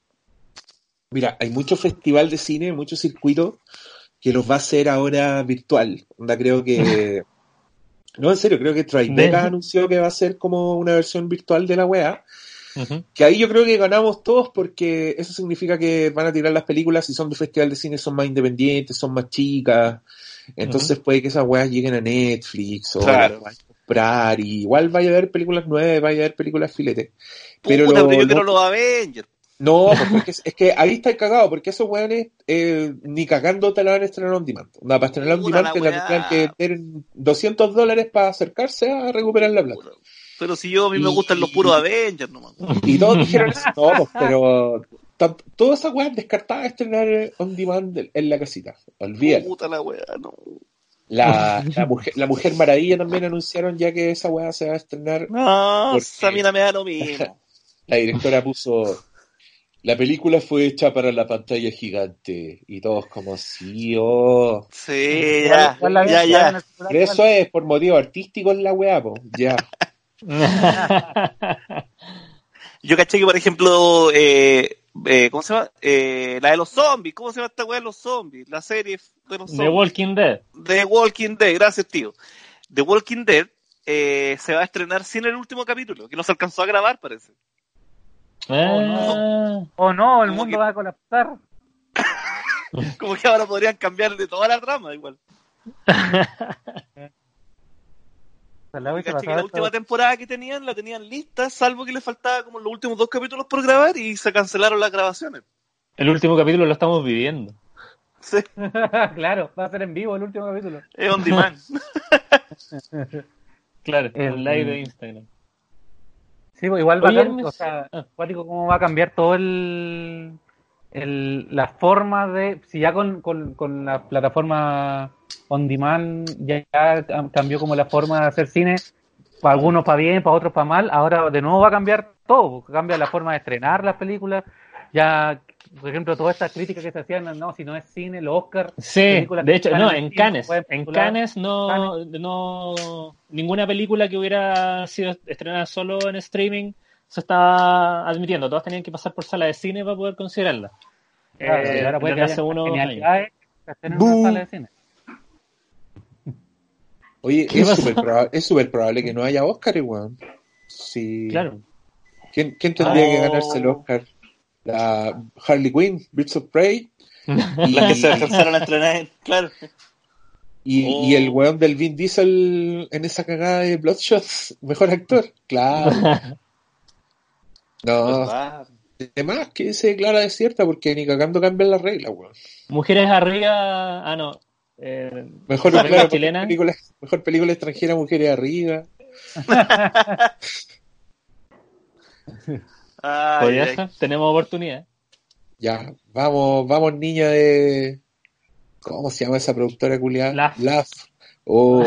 Mira, hay mucho festival de cine, mucho circuito que los va a hacer ahora virtual. Onda, creo que... No, en serio, creo que Tribeca
De-
anunció que va a ser como una versión virtual de la wea.
Ujú.
Que ahí yo creo que ganamos todos porque eso significa que van a tirar las películas, si son de festival de cine son más independientes, son más chicas. Entonces puede que esas weas lleguen a Netflix o
Claro.
las puedan comprar. Y igual vaya a haber películas nuevas, vaya a haber películas filete. Pero,
Puta,
lo-
pero yo
lo-
quiero los Avengers.
No, porque es, es que ahí está el cagado, porque esos weones eh, ni cagando te la van a estrenar on demand. Onda, para estrenar on
Puta
demand
la
te la
weá.
tendrán que tener doscientos dólares para acercarse a recuperar la plata.
Pero si yo a mí me
Y-
gustan los puros Avengers nomás.
Y todos dijeron eso. No, pues, pero tam- todas esas weas descartadas estrenar on demand en la casita. Olvídalo.
Puta la wea, no.
La, la, mujer, la Mujer Maravilla también anunciaron ya que esa wea se va a estrenar.
No,
Porque-
esa mina me da lo mismo.
La directora puso: la película fue hecha para la pantalla gigante. Y todos como, sí, oh.
Sí, ya,
Igual la vi-
ya,
la vi en
ya.
el celular,
Pero eso es por motivos artísticos la weá, po. Ya.
Yo caché que, por ejemplo, eh, eh, ¿cómo se llama? Eh, la de los zombies. ¿Cómo se llama esta weá de los zombies? La serie de los
The
zombies.
Walking Dead.
The Walking Dead, gracias, tío. The Walking Dead eh, se va a estrenar sin el último capítulo, que no se alcanzó a grabar, parece.
Ah,
O no, el
Como
mundo
que-
va a colapsar.
Como que ahora podrían cambiarle toda la trama, igual.
La vez
Caché que
pasada
la última temporada que tenían, la tenían lista, salvo que le faltaba como los últimos dos capítulos por grabar y se cancelaron las grabaciones.
el último capítulo lo estamos viviendo.
Sí,
claro, va a ser en vivo el último capítulo.
es on demand.
Claro,
El-
el live de Instagram.
Sí, pues igual va
Oye,
a
Hermes-
o sea,
ah.
cuático cómo va a cambiar todo el, el la forma de, si ya con, con, con la plataforma on demand ya, ya cambió como la forma de hacer cine, para algunos para bien, para otros para mal, ahora de nuevo va a cambiar todo, cambia la forma de estrenar las películas, ya, por ejemplo, todas estas críticas que se hacían, no, si no es cine, los Oscar,
Sí,
películas
de
que
hecho,
están
no,
el
en
cine,
Cannes.
pueden
En
postular.
Cannes no, no. Ninguna película que hubiera sido estrenada solo en streaming se estaba admitiendo. Todas tenían que pasar por sala de cine para poder considerarla.
Claro,
Eh,
y ahora puede que
desde
haya
hace unos
genialidades que estén en
¡Bú!
una sala de cine.
Oye,
¿Qué
es
pasa?
súper proba- es súper probable que no haya Oscar, weón. Sí.
Claro.
¿Quién, quién tendría
Oh.
que ganarse el Oscar? La Harley Quinn, Birds of Prey. Y,
Las que se alcanzaron a estrenar, en- claro.
y,
Oh.
y el weón del Vin Diesel en esa cagada de Bloodshot, mejor actor. Claro. No,
¿Verdad?
además que se declara desierta porque ni cagando cambian las reglas, weón.
Mujeres arriba. Ah, no. Eh,
Mejor,
la
claro,
chilena.
mejor, película, mejor película extranjera, Mujeres Arriba.
Ay,
Podría
ay.
ser, tenemos oportunidad.
Ya, vamos, vamos, niña de. ¿Cómo se llama esa productora culiada?
Laugh.
Laugh. Oh,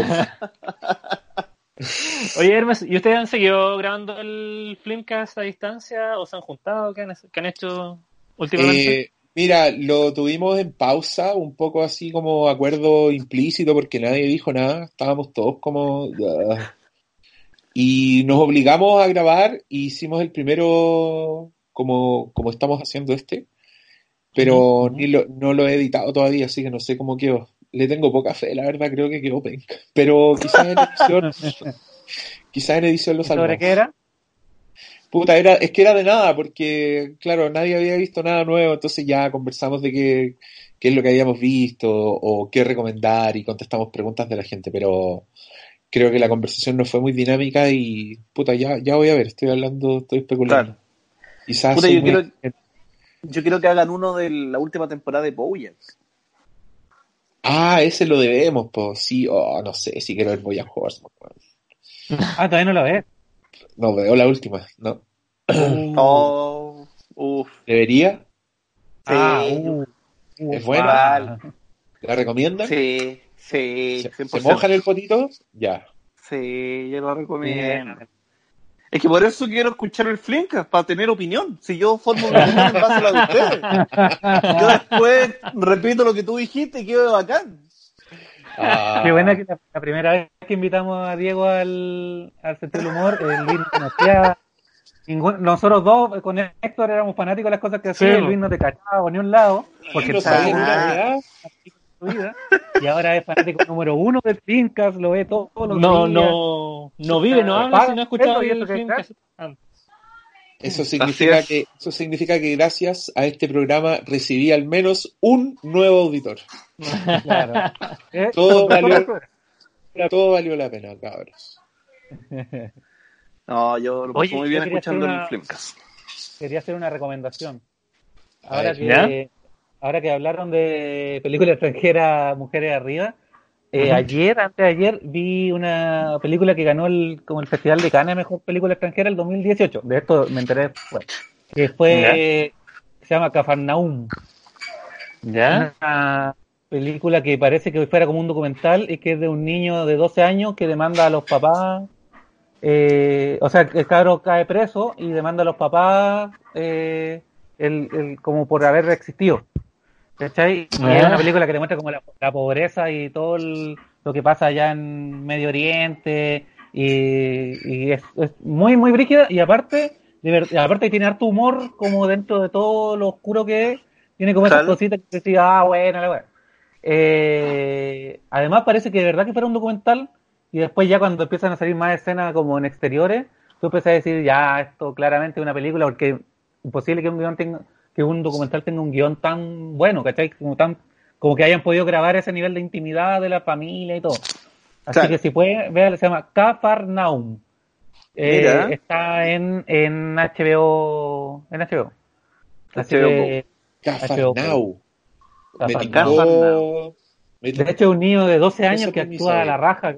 Oye, Hermes, ¿y ustedes han seguido grabando el Filmcast a distancia o se han juntado? ¿Qué han, qué han hecho últimamente?
eh, mira, lo tuvimos en pausa, un poco así como acuerdo implícito, porque nadie dijo nada. Estábamos todos como. Uh, y nos obligamos a grabar y hicimos el primero como, como estamos haciendo este. Pero
Ujú.
ni lo, no lo he editado todavía, así que no sé cómo quedó. Le tengo poca fe, la verdad, creo que quedó penca. Pero quizás en edición, quizás en edición lo
¿Y sobre
salvamos.
qué era?
Puta, era, es que era de nada, porque, claro, nadie había visto nada nuevo, entonces ya conversamos de qué, qué es lo que habíamos visto, o qué recomendar, y contestamos preguntas de la gente, pero creo que la conversación no fue muy dinámica y, puta, ya, ya voy a ver, estoy hablando, estoy especulando.
Claro.
Quizás
Puta,
soy
yo
muy...
quiero, yo quiero que hagan uno de la última temporada de BoJack.
Ah, ese lo debemos, pues sí, oh, no sé si quiero ver BoJack Horseman.
Ah, todavía no lo ves.
No, veo la última, no.
Oh, uff.
¿Debería?
Ah,
Sí.
uh, uh,
¿Es buena?
Igual.
¿La recomiendan?
Sí, sí,
¿Se,
cien
se
por ciento.
mojan el potito? Ya.
Sí, yo lo recomiendo.
Bien.
Es que por eso quiero escuchar el Flimcast, para tener opinión. Si yo formo una opinión en base a la de ustedes. Yo después repito lo que tú dijiste y quedo bacán.
Ah,
Qué buena que la, la primera vez que invitamos a Diego al, al Sentido del Humor, el Luis no conocía ningún, nosotros dos con Héctor éramos fanáticos de las cosas que hacía,
Sí,
y Luis no te cachaba por ni un lado, porque
no
estaba
sabía ni una
Ah.
weá.
en su vida, y ahora es fanático número uno del Filmcast, lo ve todos los
No,
días.
no, no vive, no habla
Paga
si no ha escuchado
eso y
el
eso que
Filmcast.
Eso significa
es.
que eso significa que gracias a este programa recibí al menos un nuevo auditor.
Claro. Eh,
Todo
pero-
valió, todo valió la pena, cabros.
No, yo lo paso
Oye,
muy
yo
bien
quería
escuchando
hacer una-
el Flimcast.
Quería hacer una recomendación.
A
Ahora
ver.
que, ahora que hablaron de película extranjera, Mujeres Arriba, eh,
Ujú.
ayer, antes de ayer, vi una película que ganó el, como el Festival de Cannes Mejor Película Extranjera el dos mil dieciocho. De esto me enteré después. Que fue, se llama Cafarnaum.
¿Ya?
Una película que parece que fuera como un documental y que es de un niño de doce años que demanda a los papás. Eh, o sea, el cabro cae preso y demanda a los papás eh, el, el, como por haber existido. ¿Cachai? Y
Ah.
es una película que te muestra como la, la pobreza y todo el- lo que pasa allá en Medio Oriente. Y, y es, es muy, muy brígida. Y aparte, de ver- aparte tiene harto humor como dentro de todo lo oscuro que es. Tiene como esas
Claro.
cositas que te decís, ah, bueno, la weá. Eh, además parece que de verdad que fuera un documental y después ya cuando empiezan a salir más escenas como en exteriores, tú empiezas a decir, ya, esto claramente es una película porque es imposible que un guión tenga, que un documental tenga un guión tan bueno, ¿cachai? Como tan, como que hayan podido grabar ese nivel de intimidad de la familia y todo. Así
Claro.
que si puede, vea, se llama Cafarnaum. Eh,
Mira.
está en, en H B O, en H B O. Así
H B O
que,
Cafarnau. Me
Cafarnaum.
tocó. Me
De
tocó
hecho, un niño de doce años
esa
que
premisa,
actúa a la
güey.
raja.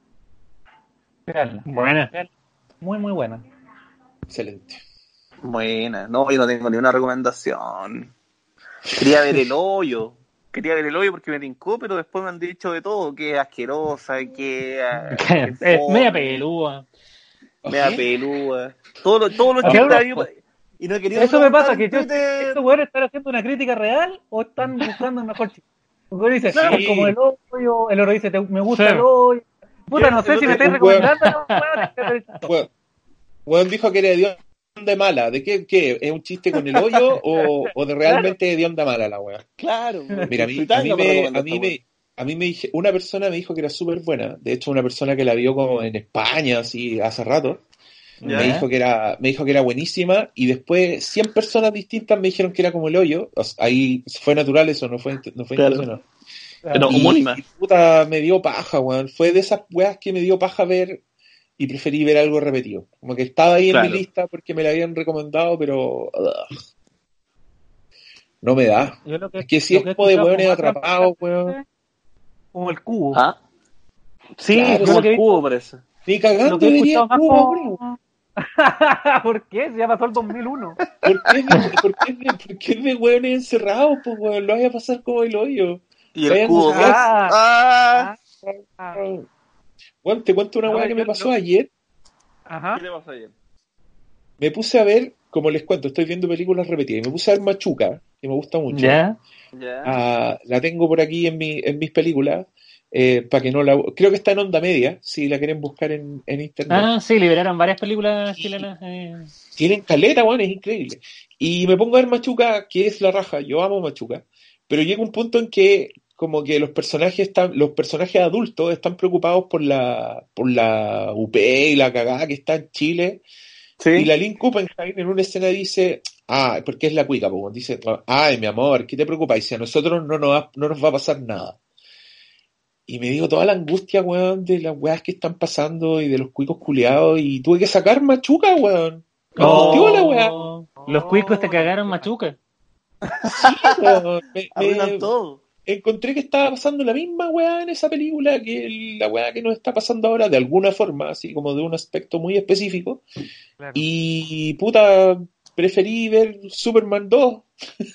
Véanla.
Buena.
Véanla. Muy, muy buena.
Excelente.
Buena. No, yo no tengo ni una recomendación. Quería ver El Hoyo. Quería ver El Hoyo porque me tincó, pero después me han dicho de todo, que es asquerosa, que eh, que
Es
fome,
media pelúa.
media
¿Qué?
pelúa. Todo lo, todo lo
Ajá.
chistes ahí, y no he querido
Eso me
preguntar
pasa,
en
que yo,
Twitter.
¿estos weones están haciendo una crítica real o están buscando el mejor chiste? Porque dice,
Claro.
es como el hoyo, el otro dice, te- me gusta
Sí.
el hoyo. Puta,
Yo-
no sé
el
si me
otro-
estáis
un weón-
recomendando. weón.
Bueno, weón dijo que era de onda mala. ¿De qué, qué? ¿Es un chiste con el hoyo o, o de realmente de onda mala la weá?
Claro.
Mira, a mí, a mí, me, a mí, me, a mí me dije, una persona me dijo que era súper buena. De hecho, una persona que la vio como en España, así, hace rato.
¿Ya?
Me dijo que era, me dijo que era buenísima y después cien personas distintas me dijeron que era como el hoyo. O sea, ahí fue natural eso, no fue, no fue
Claro.
intencional.
Pero
Y,
homónima.
y puta, me dio paja, weón. Fue de esas weas que me dio paja ver y preferí ver algo repetido. Como que estaba ahí
Claro.
en mi lista porque me la habían recomendado, pero ugh, no me da.
Yo lo que,
Es que si
lo
es
que he
como de
escuchado
weones
como
atrapados,
otras
weón.
veces, como el cubo.
¿Ah? Sí,
Claro,
como
lo que
el
vi-
cubo parece.
Ni cagando
Lo que he
debería
escuchado más
cubo,
como-
weón.
¿Por qué? Si ya pasó el dos mil uno.
¿Por qué es de, por qué es de, por qué es de weones encerrados, pues weón? Lo vaya a pasar como el hoyo.
Y
Vayan
el cubo
a-
dos. ¡Ah!
Ah,
Weón, te cuento una
No,
weá que
yo-
me pasó
yo-
ayer.
Ajá.
¿Qué le pasó ayer?
Me puse a ver, como les cuento, estoy viendo películas repetidas. Y me puse a ver Machuca, que me gusta mucho.
¿Ya?
Ya.
Ah, la tengo por aquí en, mi, en mis películas. Eh, para que no la. Creo que está en onda media, si la quieren buscar en, en internet.
Ah, sí, liberaron varias películas chilenas. Eh.
Tienen caleta, weón, es increíble. Y me pongo a ver Machuca, que es la raja. Yo amo Machuca. Pero llega un punto en que como que los personajes están, los personajes adultos están preocupados por la, por la U P y la cagada que está en Chile.
Sí.
Y la Lynn Kuppenheim en una escena dice, ah, porque es la cuica, pues, dice, ay, mi amor, ¿qué te preocupa? Y si a nosotros no nos, va, no nos va a pasar nada. Y me digo toda la angustia, weón, de las weas que están pasando y de los cuicos culiados. Y tuve que sacar Machuca, weón. Me angustió la wea.
Oh, los cuicos te cagaron, Machuca.
Sí, weón. Me, me-
Arruinan todo.
encontré que estaba pasando la misma weá en esa película que la weá que nos está pasando ahora, de alguna forma, así como de un aspecto muy específico.
Claro.
Y puta, preferí ver Superman dos.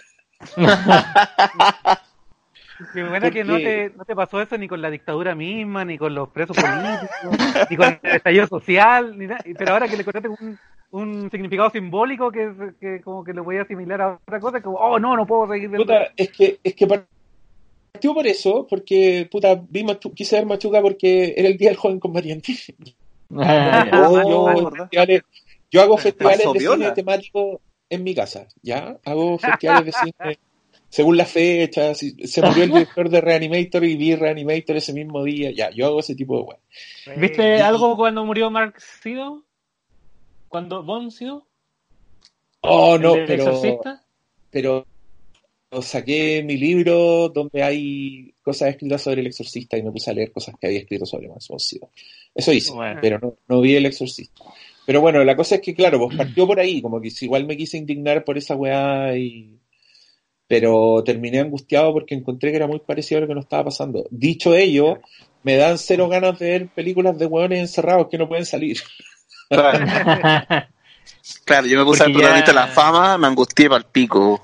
Qué buena que no
Porque-
te, no te pasó eso ni con la dictadura misma, ni con los presos políticos, ni con el estallido social, ni nada. Pero ahora que le encontraste un, un significado simbólico que, que como que lo voy a asimilar a otra cosa, como, oh no, no puedo seguir viendo.
Puta, es que, es que partió por eso, porque puta, vi Machu- quise ver Machuca porque era el día del joven combatiente.
Oh,
yo,
¿verdad?
festivales- yo hago festivales
pasó
de
viola.
cine temático en mi casa, ¿ya? Hago festivales de cine según las fechas. Si se murió el director de Reanimator y vi Reanimator ese mismo día, ya, yo hago ese tipo de weas.
¿Viste
Y-
algo cuando murió Mark Sido? ¿Cuando Von Sido?
Oh,
¿El
no,
del
pero,
Exorcista?
pero saqué mi libro donde hay cosas escritas sobre el exorcista y me puse a leer cosas que había escrito sobre Max von Sydow. Eso hice,
Bueno.
pero no, no vi el exorcista. Pero bueno, la cosa es que, claro, pues partió por ahí, como que igual me quise indignar por esa weá, y... pero terminé angustiado porque encontré que era muy parecido a lo que nos estaba pasando. Dicho ello, me dan cero ganas de ver películas de weones encerrados que no pueden salir.
Claro, claro, yo me puse al
Porque
protagonista
ya-
de la fama, me angustié para el pico.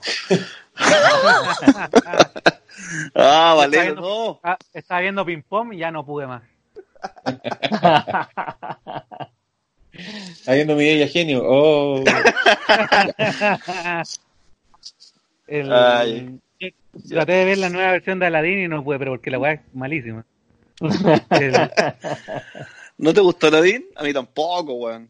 Ah,
Yo
vale,
estaba viendo-
no.
ah, estaba viendo ping pong y ya no pude más.
Está viendo mi bella genio. Oh,
El-
Ay.
Traté de ver la nueva versión de Aladdin y no pude, pero porque la weá es malísima. El-
¿No te gustó Aladdin? A mí tampoco, weón.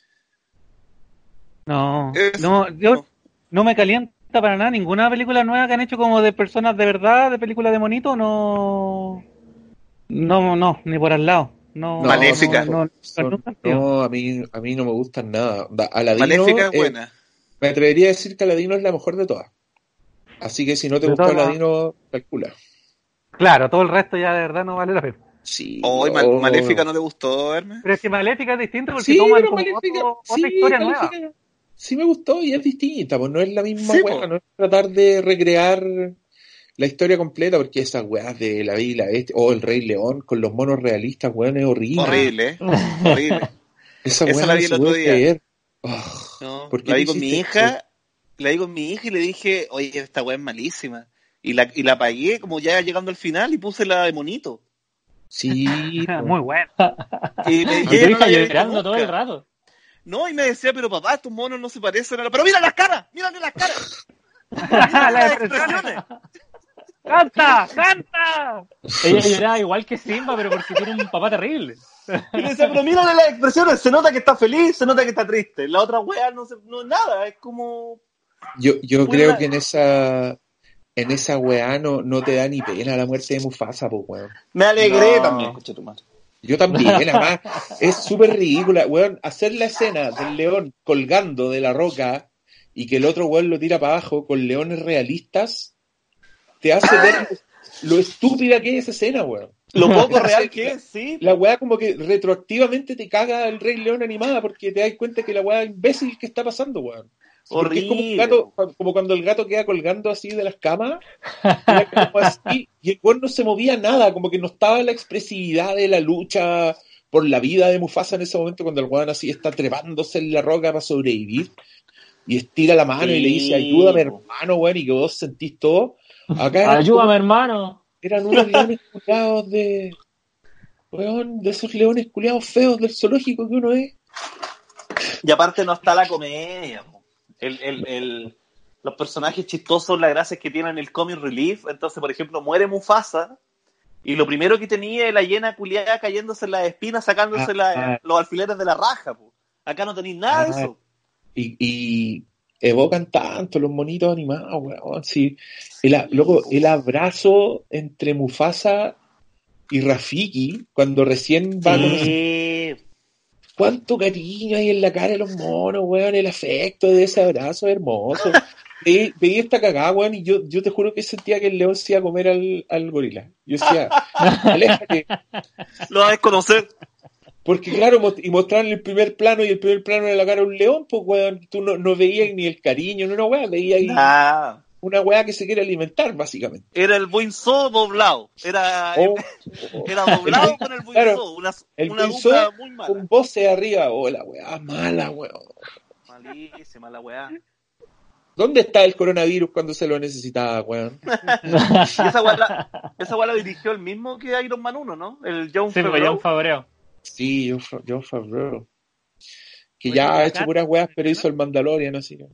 no,
Es-
no, yo
no.
no me calienta para nada. Ninguna película nueva que han hecho como de personas de verdad, de película de monito, no. No, no, ni por al lado. No,
Maléfica.
No, no, no,
son-
nunca han sido.
no, a mí, a mí no me gustan nada. Da- Aladino,
Maléfica es
eh,
buena.
me atrevería a decir que Aladino es la mejor de todas. Así que si no te
De
gustó
todas-
Aladino, calcula.
Claro, todo el resto ya de verdad no vale la pena.
Sí.
Hoy
oh.
Maléfica no te gustó, Hermes.
Pero es que Maléfica es distinto porque
Sí,
toman
pero
como
Maléfica,
otro-
sí,
otra historia
Maléfica
nueva.
sí me gustó y es distinta, pues no es la misma
Sí,
weá,
po.
no es tratar de recrear la historia completa, porque esas weas de La Bella y la Bestia o El Rey León con los monos realistas, weón, es horrible.
Horrible, ¿eh? Horrible.
Esa
Esa
weá
la
no
vi
se
el otro
puede
día.
creer. Oh,
No,
¿por qué
la
te
vi con mi
hiciste
hija, la vi con mi hija y le dije, oye, esta weá es malísima. Y la, y la apagué como ya llegando al final y puse la de monito.
Sí, po.
Muy bueno.
Y, me, y
Y tu
ella no la
hija
había visto
llorando todo el
nunca.
rato.
No, y me decía, pero papá, estos monos no se parecen a la... Pero mira las caras, mírale las caras. Mira
Las
las
expresiones.
expresiones.
¡Canta! ¡Canta!
Ella lloraba igual que Simba, pero porque tiene un papá terrible.
Y me decía, pero mírale las expresiones, se nota que está feliz, se nota que está triste. La otra wea no se, no es nada, es como...
Yo, yo
Muy
creo
raro.
que en esa en esa weá no, no te da ni pena la muerte de Mufasa, pues weón.
Me alegré
No.
también, escucha tu madre.
Yo también, además, es súper ridícula, weón, hacer la escena del león colgando de la roca y que el otro weón lo tira para abajo con leones realistas, te hace ver lo estúpida que es esa escena, weón.
Lo poco real que es, sí.
La weá como que retroactivamente te caga el Rey León animada porque te das cuenta que la weá imbécil que está pasando, weón. Porque es como un gato, como cuando el gato queda colgando así de las camas, era como así, y el weón no se movía nada, como que no estaba la expresividad de la lucha por la vida de Mufasa en ese momento, cuando el weón así está trepándose en la roca para sobrevivir, y estira la mano sí. y le dice, ayúdame hermano, weón, y que vos sentís todo. Acá
ayúdame
como,
hermano.
Eran unos leones culiados de, weón, de esos leones culiados feos del zoológico que uno es.
Y aparte no está la comedia, po. El, el, el, los personajes chistosos, las gracias que tienen el comic relief. Entonces, por ejemplo, muere Mufasa y lo primero que tenía es la hiena culiada cayéndose en las espinas, sacándose ah, la, ah, los alfileres de la raja. Po. Acá no tenéis nada ah, de eso.
Y, y evocan tanto los monitos animados, weón. Sí. El, luego, el abrazo entre Mufasa y Rafiki cuando recién van sí. a cuánto cariño hay en la cara de los monos, weón, el afecto de ese abrazo hermoso. Veí, veí esta cagada, weón, y yo, yo te juro que sentía que el león se iba a comer al, al gorila. Yo decía, aléjate.
Lo vas a desconocer.
Porque claro, y mostraron el primer plano, y el primer plano era la cara de un león, pues weón, tú no, no veías ni el cariño, no una weá, veías
nah.
una weá que se quiere alimentar, básicamente.
Era el buinzó doblado. Era, oh, oh. era doblado el, con el buinzó. Claro, una
el
una
buinzó
dupla muy mala.
Con voces arriba. Oh, la weá mala, weón.
Malísima la weá.
¿Dónde está el coronavirus cuando se lo necesitaba, weón?
y esa weá la, esa weá la dirigió el mismo que Iron Man uno, ¿no? El Jon
sí,
Favreau.
Jon Favreau.
Sí, Jon Favreau. Que Oye, ya ha hecho puras weas, pero hizo el Mandalorian, así que...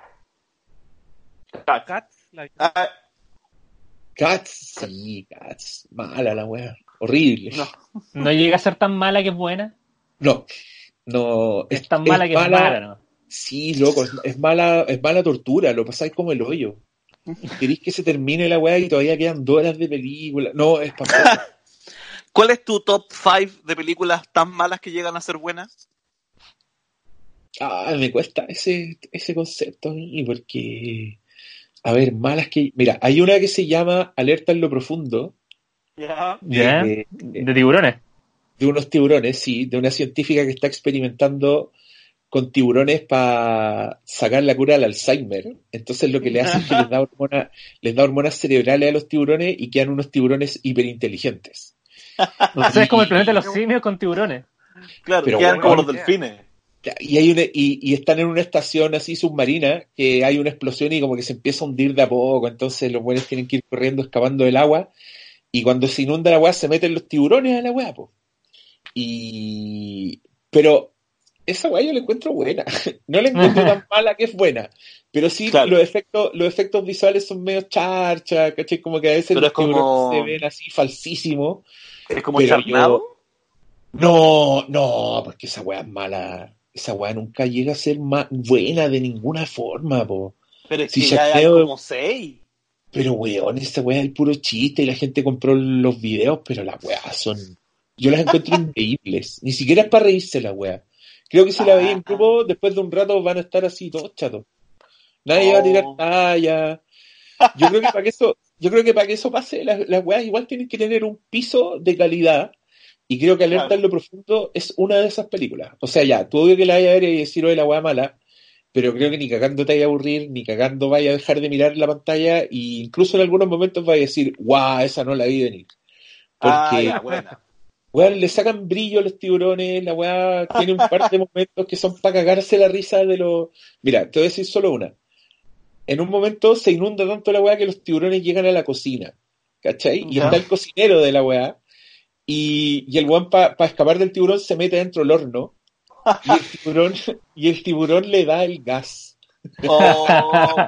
Cats, la...
ah.
Cats, sí, Cats, mala la wea, horrible.
No. ¿No llega a ser tan mala que es buena?
No, no.
Es, es tan mala es que mala, es mala, ¿no?
Sí, loco, es, es mala, es mala tortura, lo pasáis como el hoyo. Queréis que se termine la wea y todavía quedan dos horas de película. No, es para
¿Cuál es tu top cinco de películas tan malas que llegan a ser buenas?
Ah, me cuesta ese, ese concepto a mí, porque... A ver, malas que... Mira, hay una que se llama Alerta en lo Profundo.
Ya.
Yeah.
De,
de tiburones.
De unos tiburones, sí. De una científica que está experimentando con tiburones para sacar la cura al Alzheimer. Entonces lo que le hace es que les da, hormona, les da hormonas cerebrales a los tiburones y quedan unos tiburones hiperinteligentes.
O sea, es como el planeta de los simios con tiburones.
Claro,
pero
quedan
bueno,
como los delfines.
Y hay una, y, y están en una estación así submarina que hay una explosión y como que se empieza a hundir de a poco, entonces los buenos tienen que ir corriendo, escapando del agua, y cuando se inunda la agua se meten los tiburones a la agua, po. Y pero esa agua yo la encuentro buena, no la encuentro tan mala que es buena, pero sí claro. los efectos, los efectos visuales son medio charcha, ¿cachai? Como que a veces
pero
los
como...
tiburones se ven así falsísimos.
Es como Sharknado.
Yo... No, no, porque esa weá es mala. Esa weá nunca llega a ser más buena de ninguna forma, po.
Pero es
si
que ya hay como seis.
Pero weón, esa weá es el puro chiste y la gente compró los videos, pero las weas son... Yo las encuentro increíbles. Ni siquiera es para reírse la weá. Creo que si ah, la veis en grupo, después de un rato van a estar así todos chatos. Nadie oh. va a tirar talla. Yo creo que para que eso, yo creo que para que eso pase, las, las weas igual tienen que tener un piso de calidad. Y creo que Alerta claro. en lo Profundo es una de esas películas. O sea, ya, tú obvio que la vaya a ver y decir, oye, la weá mala, pero creo que ni cagando te vaya a aburrir, ni cagando vaya a dejar de mirar la pantalla, e incluso en algunos momentos vaya a decir, guau, esa no la vi venir. Porque,
ah, ya, buena.
Weá, le sacan brillo a los tiburones, la weá tiene un par de momentos que son para cagarse la risa de los... Mira, te voy a decir solo una. En un momento se inunda tanto la weá que los tiburones llegan a la cocina, ¿cachai? Y ya. Está el cocinero de la weá. Y, y el weón para pa escapar del tiburón se mete dentro del horno y el tiburón, y el tiburón le da el gas.
Oh,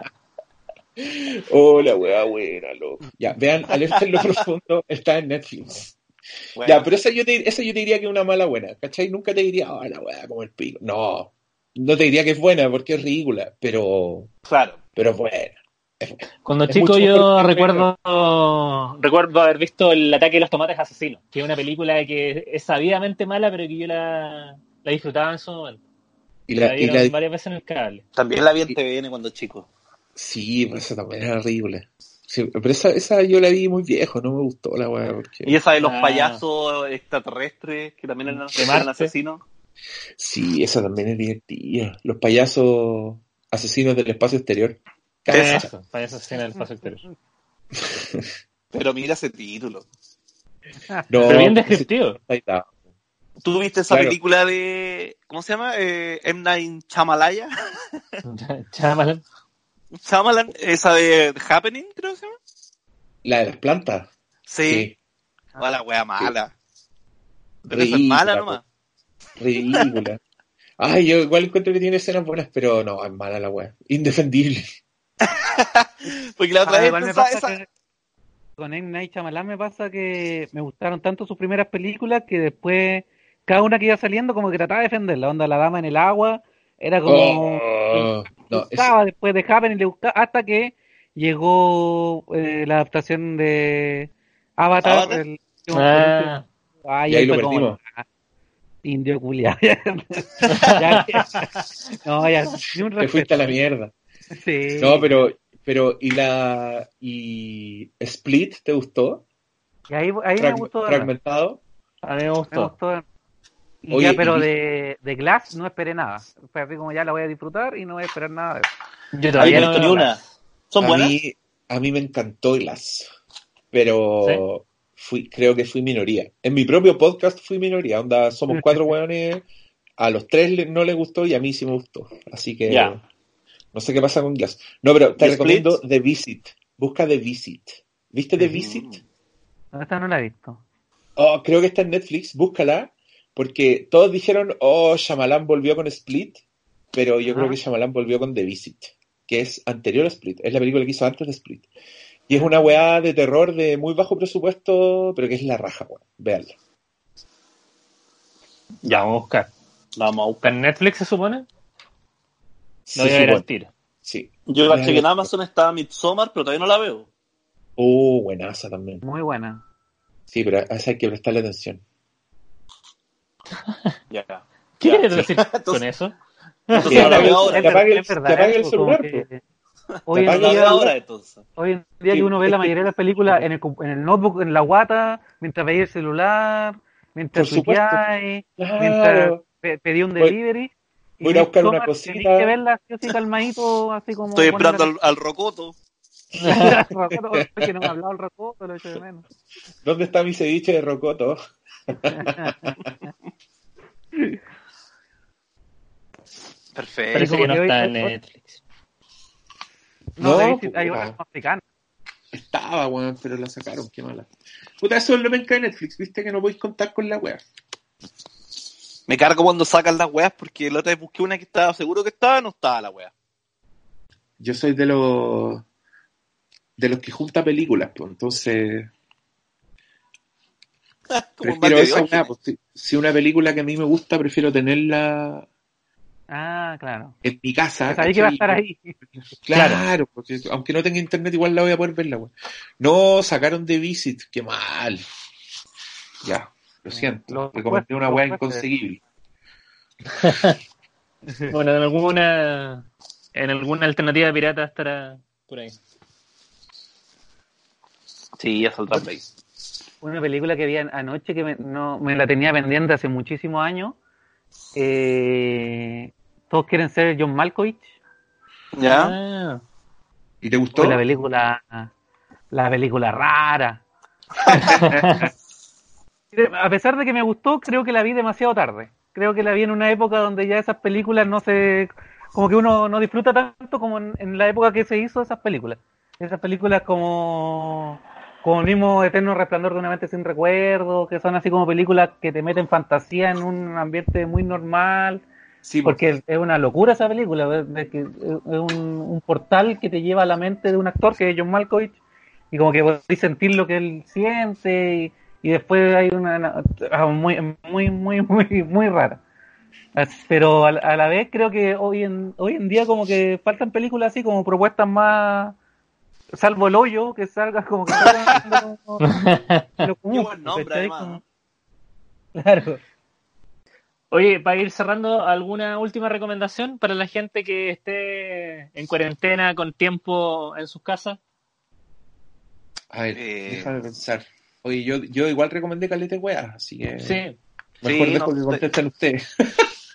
oh la weá buena, loco. Ya, vean, Alerta en lo Profundo está en Netflix. Bueno. Ya, pero esa yo, te, esa yo te diría que es una mala buena, ¿cachai? Nunca te diría, oh, la weá, como el pico. No, no te diría que es buena porque es ridícula, pero...
Claro.
Pero es buena.
Cuando es chico yo recuerdo recuerdo haber visto El ataque de los tomates asesinos, que es una película que es sabidamente mala, pero que yo la, la disfrutaba en su momento.
Y la,
la
y la
varias veces en el cable.
También la vi en T V N cuando chico.
Sí, pero esa también era horrible. Sí, pero esa, esa yo la vi muy viejo, no me gustó la weá. Porque...
Y esa de los ah. payasos extraterrestres, que también eran, eran asesinos.
Sí, esa también es divertida. Los payasos... Asesinos del espacio exterior.
Eso, para esa escena del espacio exterior.
Pero mira ese título.
No,
Pero bien descriptivo.
ahí está.
¿Tú viste esa
Claro.
película de... ¿Cómo se llama? Eh, M. Night Shyamalan.
Shyamalan.
Shyamalan, esa de The Happening, creo que se llama.
La de las plantas.
Sí.
Sí.
Ah, la wea mala. Pero esa es
Ridícula,
mala nomás.
Ridícula. Ay, yo igual encuentro que tiene escenas buenas, pero no, es mala la wea. Indefendible.
Porque la otra
Ah,
vez
igual me
pensaba
pasa
esa...
que con M. Night Shyamalan me pasa que me gustaron tanto sus primeras películas que después cada una que iba saliendo como que trataba de defender. La onda La Dama en el Agua era como...
Oh,
le
no, es,
gustaba, después de Happening le gustaba, hasta que llegó eh, la adaptación de Avatar.
¿Avatar?
El, último- el
Ah,
último- ay,
y ahí
ahí
lo
fue como,
perdimos.
ah, indio culiado. Ya que- no, ya, ni un
Te fuiste a
respeto.
la mierda.
Sí.
No, pero, pero, ¿y la, y Split te gustó?
Y ahí, ahí me
Frag-
gustó, de verdad.
fragmentado.
a mí me
Me
gustó.
gustó. Y
Oye,
ya,
y
pero
vi-
de, de Glass no esperé nada. Fue así como ya la voy a disfrutar y no voy a esperar nada de eso.
Yo
Ahí
todavía
no
no
he visto
veo
ni una.
Glass.
¿Son
a
buenas?
mí, a mí me encantó Glass, pero fui, creo que fui minoría. En mi propio podcast fui minoría. Onda, somos cuatro hueones. A los tres le- no les gustó y a mí sí me gustó. Así que
Ya.
no sé qué pasa con Glass. No, pero te
¿Y
recomiendo
Split?
The Visit. Busca The Visit. ¿Viste The
Sí.
Visit?
No, esta no la he visto.
Oh, creo que está en Netflix. Búscala. Porque todos dijeron, oh, Shyamalan volvió con Split. Pero yo
Ajá.
creo que Shyamalan volvió con The Visit. Que es anterior a Split. Es la película que hizo antes de Split. Y es una weá de terror de muy bajo presupuesto, pero que es la raja, weón. Veanla.
Ya, vamos a buscar.
Vamos a buscar.
¿En Netflix se supone?
Sí,
Lo voy a
sí,
ver al
bueno.
tiro.
Sí.
Yo caché que en
Veanla.
Amazon está Midsommar, pero todavía no la veo.
Oh, buenaza también.
Muy buena.
Sí, pero a esa hay que prestarle atención.
Ya.
¿Qué
Ya.
quieres decir
Entonces-
con eso?
Entonces
Que
no la
apague,
veo ahora.
que apague el,
Es verdad,
que apague el
eso, como
celular,
que
po.
Hoy en
apague
No la
el
veo
día,
ahora, entonces.
hoy en día
Sí.
que uno ve la mayoría de las películas en el, comp- en el notebook, en la guata, mientras veía el celular, mientras
Por supuesto.
tuiteáis, mientras
Claro.
pe- pedí un
Voy-
delivery. Y
voy a ir a buscar una
Midsommar,
cosita.
Tenés que verla así, así calmadito, así como...
Estoy
ponerla-
esperando al, al Rocoto.
Rocoto, que no me ha hablado el Rocoto, lo echo de menos.
¿Dónde está mi ceviche de rocoto?
Perfecto.
Parece
como
que no
que hoy-
está en
hoy-
Netflix.
No,
No,
de hecho,
pues,
hay una
wow.
africana.
Estaba, weón, pero la sacaron, qué mala. Puta, eso es lo penca de Netflix, viste que no podéis contar con la wea.
Me cargo cuando sacan las weas porque la otra vez busqué una que estaba seguro que estaba, no estaba la wea.
Yo soy de los de los que junta películas, pues entonces
Como un
prefiero
mal de
esa
Diógenes.
weá, pues, si, si una película que a mí me gusta, prefiero tenerla
Ah, claro.
en mi casa.
Sabía que va a
¿cachai?
estar ahí.
Claro, porque aunque no tenga internet igual la voy a poder ver la weá. No, sacaron The Visit, qué mal. Ya, lo siento.
Los
Recomendé una
jueces,
weá
los jueces.
inconseguible.
Bueno, en alguna en alguna alternativa pirata estará por ahí.
Sí, ya saldrá por ahí.
Una película que vi an- anoche que me, no, me la tenía pendiente hace muchísimos años. Eh, Todos quieren ser John Malkovich.
¿Ya?
Ah,
¿Y te gustó?
Fue la película, la película rara. A pesar de que me gustó, creo que la vi demasiado tarde. Creo que la vi en una época donde ya esas películas no se... Como que uno no disfruta tanto como en, en la época que se hizo esas películas. Esas películas como... Como el mismo Eterno Resplandor de una mente sin recuerdo, que son así como películas que te meten fantasía en un ambiente muy normal.
Sí, porque
Porque es una locura esa película, es de que es un, un portal que te lleva a la mente de un actor que es John Malkovich y como que podés sentir lo que él siente y, y después hay una, una- muy muy muy muy muy rara. Pero a, la- a la vez creo que hoy en hoy en día como que faltan películas así como propuestas más, salvo El Hoyo, que salga como que salga lo, lo común,
Qué buen nombre,
¿cachai?
además,
Como-
¿no?
Claro.
Oye, para ir cerrando, ¿alguna última recomendación para la gente que esté en cuarentena con tiempo en sus casas?
a ver,
Eh.
déjame pensar. Oye, yo, yo igual recomendé caleta de weas, así que
Sí.
mejor
Sí,
dejo
no,
que
estoy-
contesten ustedes.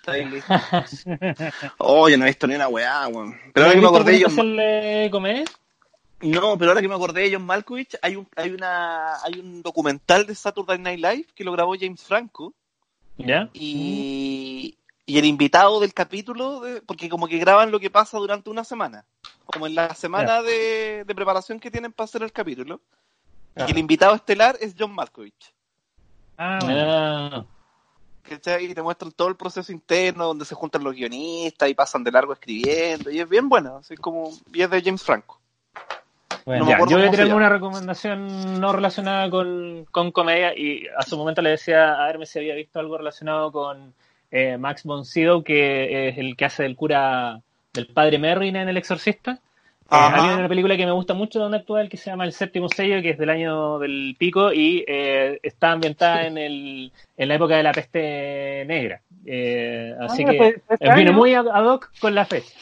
Staley. Oh, yo no he visto ni una weá, weón. Pero
¿No
ahora que me
has
acordé de
visto
John...
el de comedia?
No, pero ahora que me acordé de John Malkovich, hay un, hay una, hay un documental de Saturday Night Live que lo grabó James Franco.
¿Ya?
Y, y el invitado del capítulo, de, porque como que graban lo que pasa durante una semana, como en la semana de, de preparación que tienen para hacer el capítulo.
Claro.
Y el invitado estelar es John Malkovich.
Ah, bueno.
Ah,
¿Cachai? Y te muestran todo el proceso interno donde se juntan los guionistas y pasan de largo escribiendo. Y es bien bueno, así como, y es de James Franco.
Bueno,
No me
ya,
acuerdo
yo voy a
cómo se
tirarme
llama.
una recomendación no relacionada con, con comedia y a su momento le decía a Hermes si había visto algo relacionado con eh, Max von Sydow, que es el que hace del cura del padre Merrin en El Exorcista. Eh,
Ajá.
hay una película que me gusta mucho donde actúa él que se llama El Séptimo Sello, que es del año del pico y eh, está ambientada en, el, en la época de la peste negra. Eh, así
Ah,
que
pues, este
eh, vino
año.
muy ad hoc con la fecha.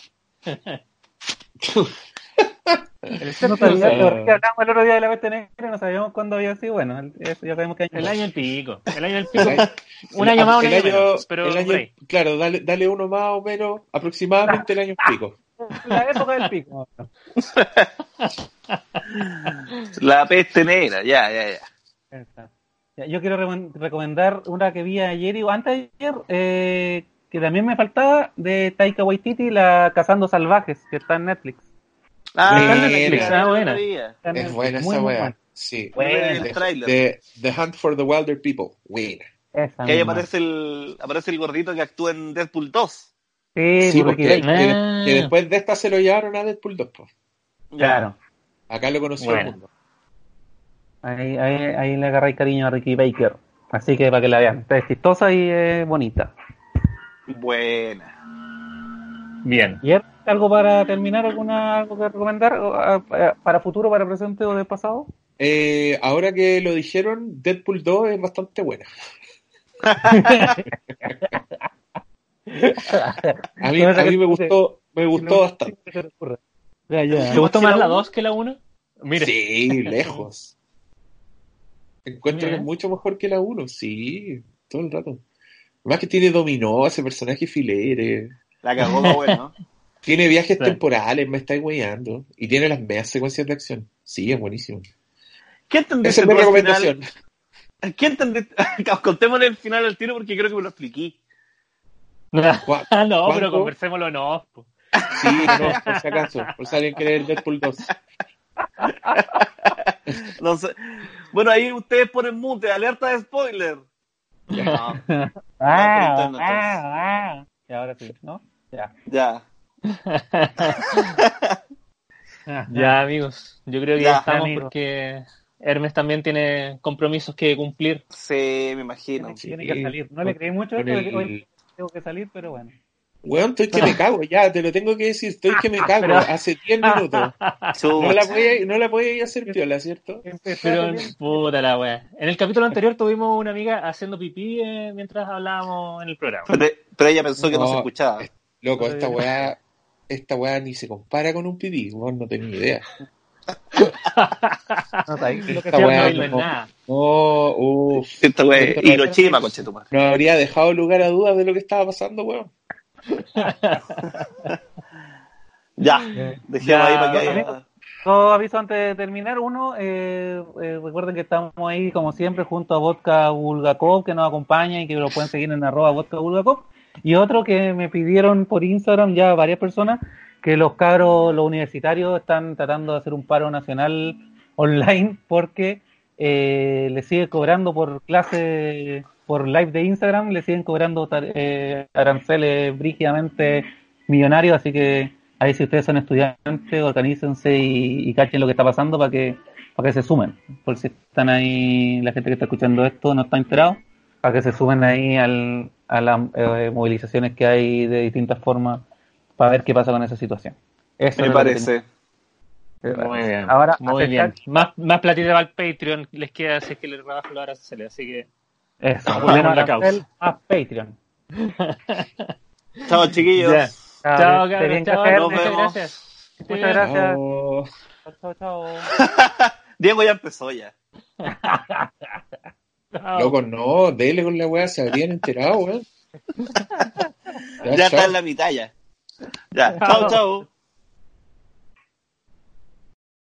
El
No
Séptimo
sabía,
Sello.
pero que hablamos el otro día de la peste negra y no sabíamos cuándo había sido. Bueno, el- eso ya sabemos que
El año del pico. El año del
El
pico.
año-
Un año más, un
el
año menos. Pero
el año-
por ahí.
claro, dale, dale uno más o menos, aproximadamente el año pico.
la época del pico.
La peste negra, ya, ya, ya.
Exacto. Ya, yo quiero re- recomendar una que vi ayer y antes de ayer, eh, que también me faltaba, de Taika Waititi, la Cazando Salvajes, que está en Netflix.
Ah,
Buena.
la Netflix,
Ah,
ah,
buena.
buena.
Está en
Es
Netflix,
buena
muy,
esa
muy
weá.
buena.
Sí.
Buena.
The,
El tráiler.
the, the Hunt for the Wilder People. Buena.
Esa
Que ahí
misma.
aparece el, aparece el gordito que actúa en Deadpool dos.
Sí,
Sí,
por
porque
Ricky
que,
Baker.
Ah.
que después de esta se lo llevaron a Deadpool dos. Po.
Ya.
Claro.
Acá lo conoció
Bueno.
el mundo.
Ahí, ahí, ahí le agarré cariño a Ricky Baker. Así que para que la vean. Está es chistosa y es bonita.
Buena.
Bien.
¿Y er- algo para terminar? ¿Alguna algo que recomendar? ¿O, a- a- ¿Para futuro, para presente o de pasado?
Eh, ahora que lo dijeron, Deadpool dos es bastante buena. A mí, a mí me gustó, me gustó bastante.
Ya, ya.
¿Te gustó
que
más
la
la
uno?
dos que la uno? Mire.
Sí, lejos. Encuentro que
Mira.
es mucho mejor que la uno, sí, todo el rato. Más que tiene dominó, ese personaje filere.
La cagó, lo bueno.
Tiene viajes
Sí.
temporales, me estáis weyando. Y tiene las medias secuencias de acción. Sí, es buenísimo.
¿Qué entendiste
Esa es mi
tú al
recomendación.
final? ¿Qué entendiste? Contémosle el final al tiro porque creo que me lo expliqué.
¿Cuá-
Ah, no,
cuánto?
pero conversémoslo no. po.
Sí, no, por si acaso. Por si alguien quiere ver Deadpool dos.
No sé. Bueno, ahí ustedes ponen mute, alerta de spoiler. No,
Ah,
por interno,
ah,
entonces.
ah. Y ahora sí, ¿no? Ya.
ya.
Ya, amigos. Yo creo que
Ya,
ya estamos
amigos.
porque Hermes también tiene compromisos que cumplir.
Sí, me imagino.
Tiene, tiene que salir. No le creí mucho
Con
esto,
el-
porque hoy tengo que salir, pero bueno.
Weón, estoy que me cago, ya, te lo tengo que decir, estoy que me cago.
Pero-
Hace diez minutos. No
Chucha.
la podía, no la podía hacer piola, ¿cierto?
Empecé
Pero,
a salir-
puta la wea. En el capítulo anterior tuvimos una amiga haciendo pipí eh, mientras hablábamos en el programa.
Pero, pero ella pensó que no,
No,
se escuchaba.
Loco, esta weá, esta weá ni se compara con un pipí, weón, no tengo ni idea.
no, está ahí. Lo que
Esta
sea,
weá
no, no es
no-
nada.
No, uff.
Esta wea, Hiroshima, conchetumar.
No habría dejado lugar a dudas de lo que estaba pasando, weón.
Ya, dejemos ahí para que
Ya,
haya...
Dos avisos antes de terminar. Uno, eh, eh, recuerden que estamos ahí como siempre junto a Vodka Bulgakov, que nos acompaña y que lo pueden seguir en arroba Vodka Bulgakov. Y otro que me pidieron por Instagram ya varias personas, que los cabros, los universitarios están tratando de hacer un paro nacional online porque eh, le siguen cobrando por clase, por live de Instagram, le siguen cobrando tar- eh, aranceles brígidamente millonarios, así que ahí si ustedes son estudiantes, organícense y, y cachen lo que está pasando para que para que se sumen. Por si están ahí, la gente que está escuchando esto no está enterado, para que se sumen ahí al, a las eh, movilizaciones que hay de distintas formas para ver qué pasa con esa situación. Eso
Me
es lo que
parece.
tengo.
Muy bien.
Ahora,
Muy
aceptar-
bien. Más, más platita para el Patreon les queda si es que les rebajo los aranceles. Así que
Eso,
Apoyamos
pleno
la
arancel
causa.
a Patreon.
Chao, chiquillos.
Ya.
Chao,
Chao,
de- de
cabros.
bien
Chao.
café,
nos
Muchas
vemos.
gracias. Que esté
Muchas
bien.
gracias.
Oh.
Chao, chao.
Diego ya empezó ya.
Chao.
Loco, no, dele con la weá, se habrían enterado, weón.
Ya está en la mitad ya. Ya, chao, chao.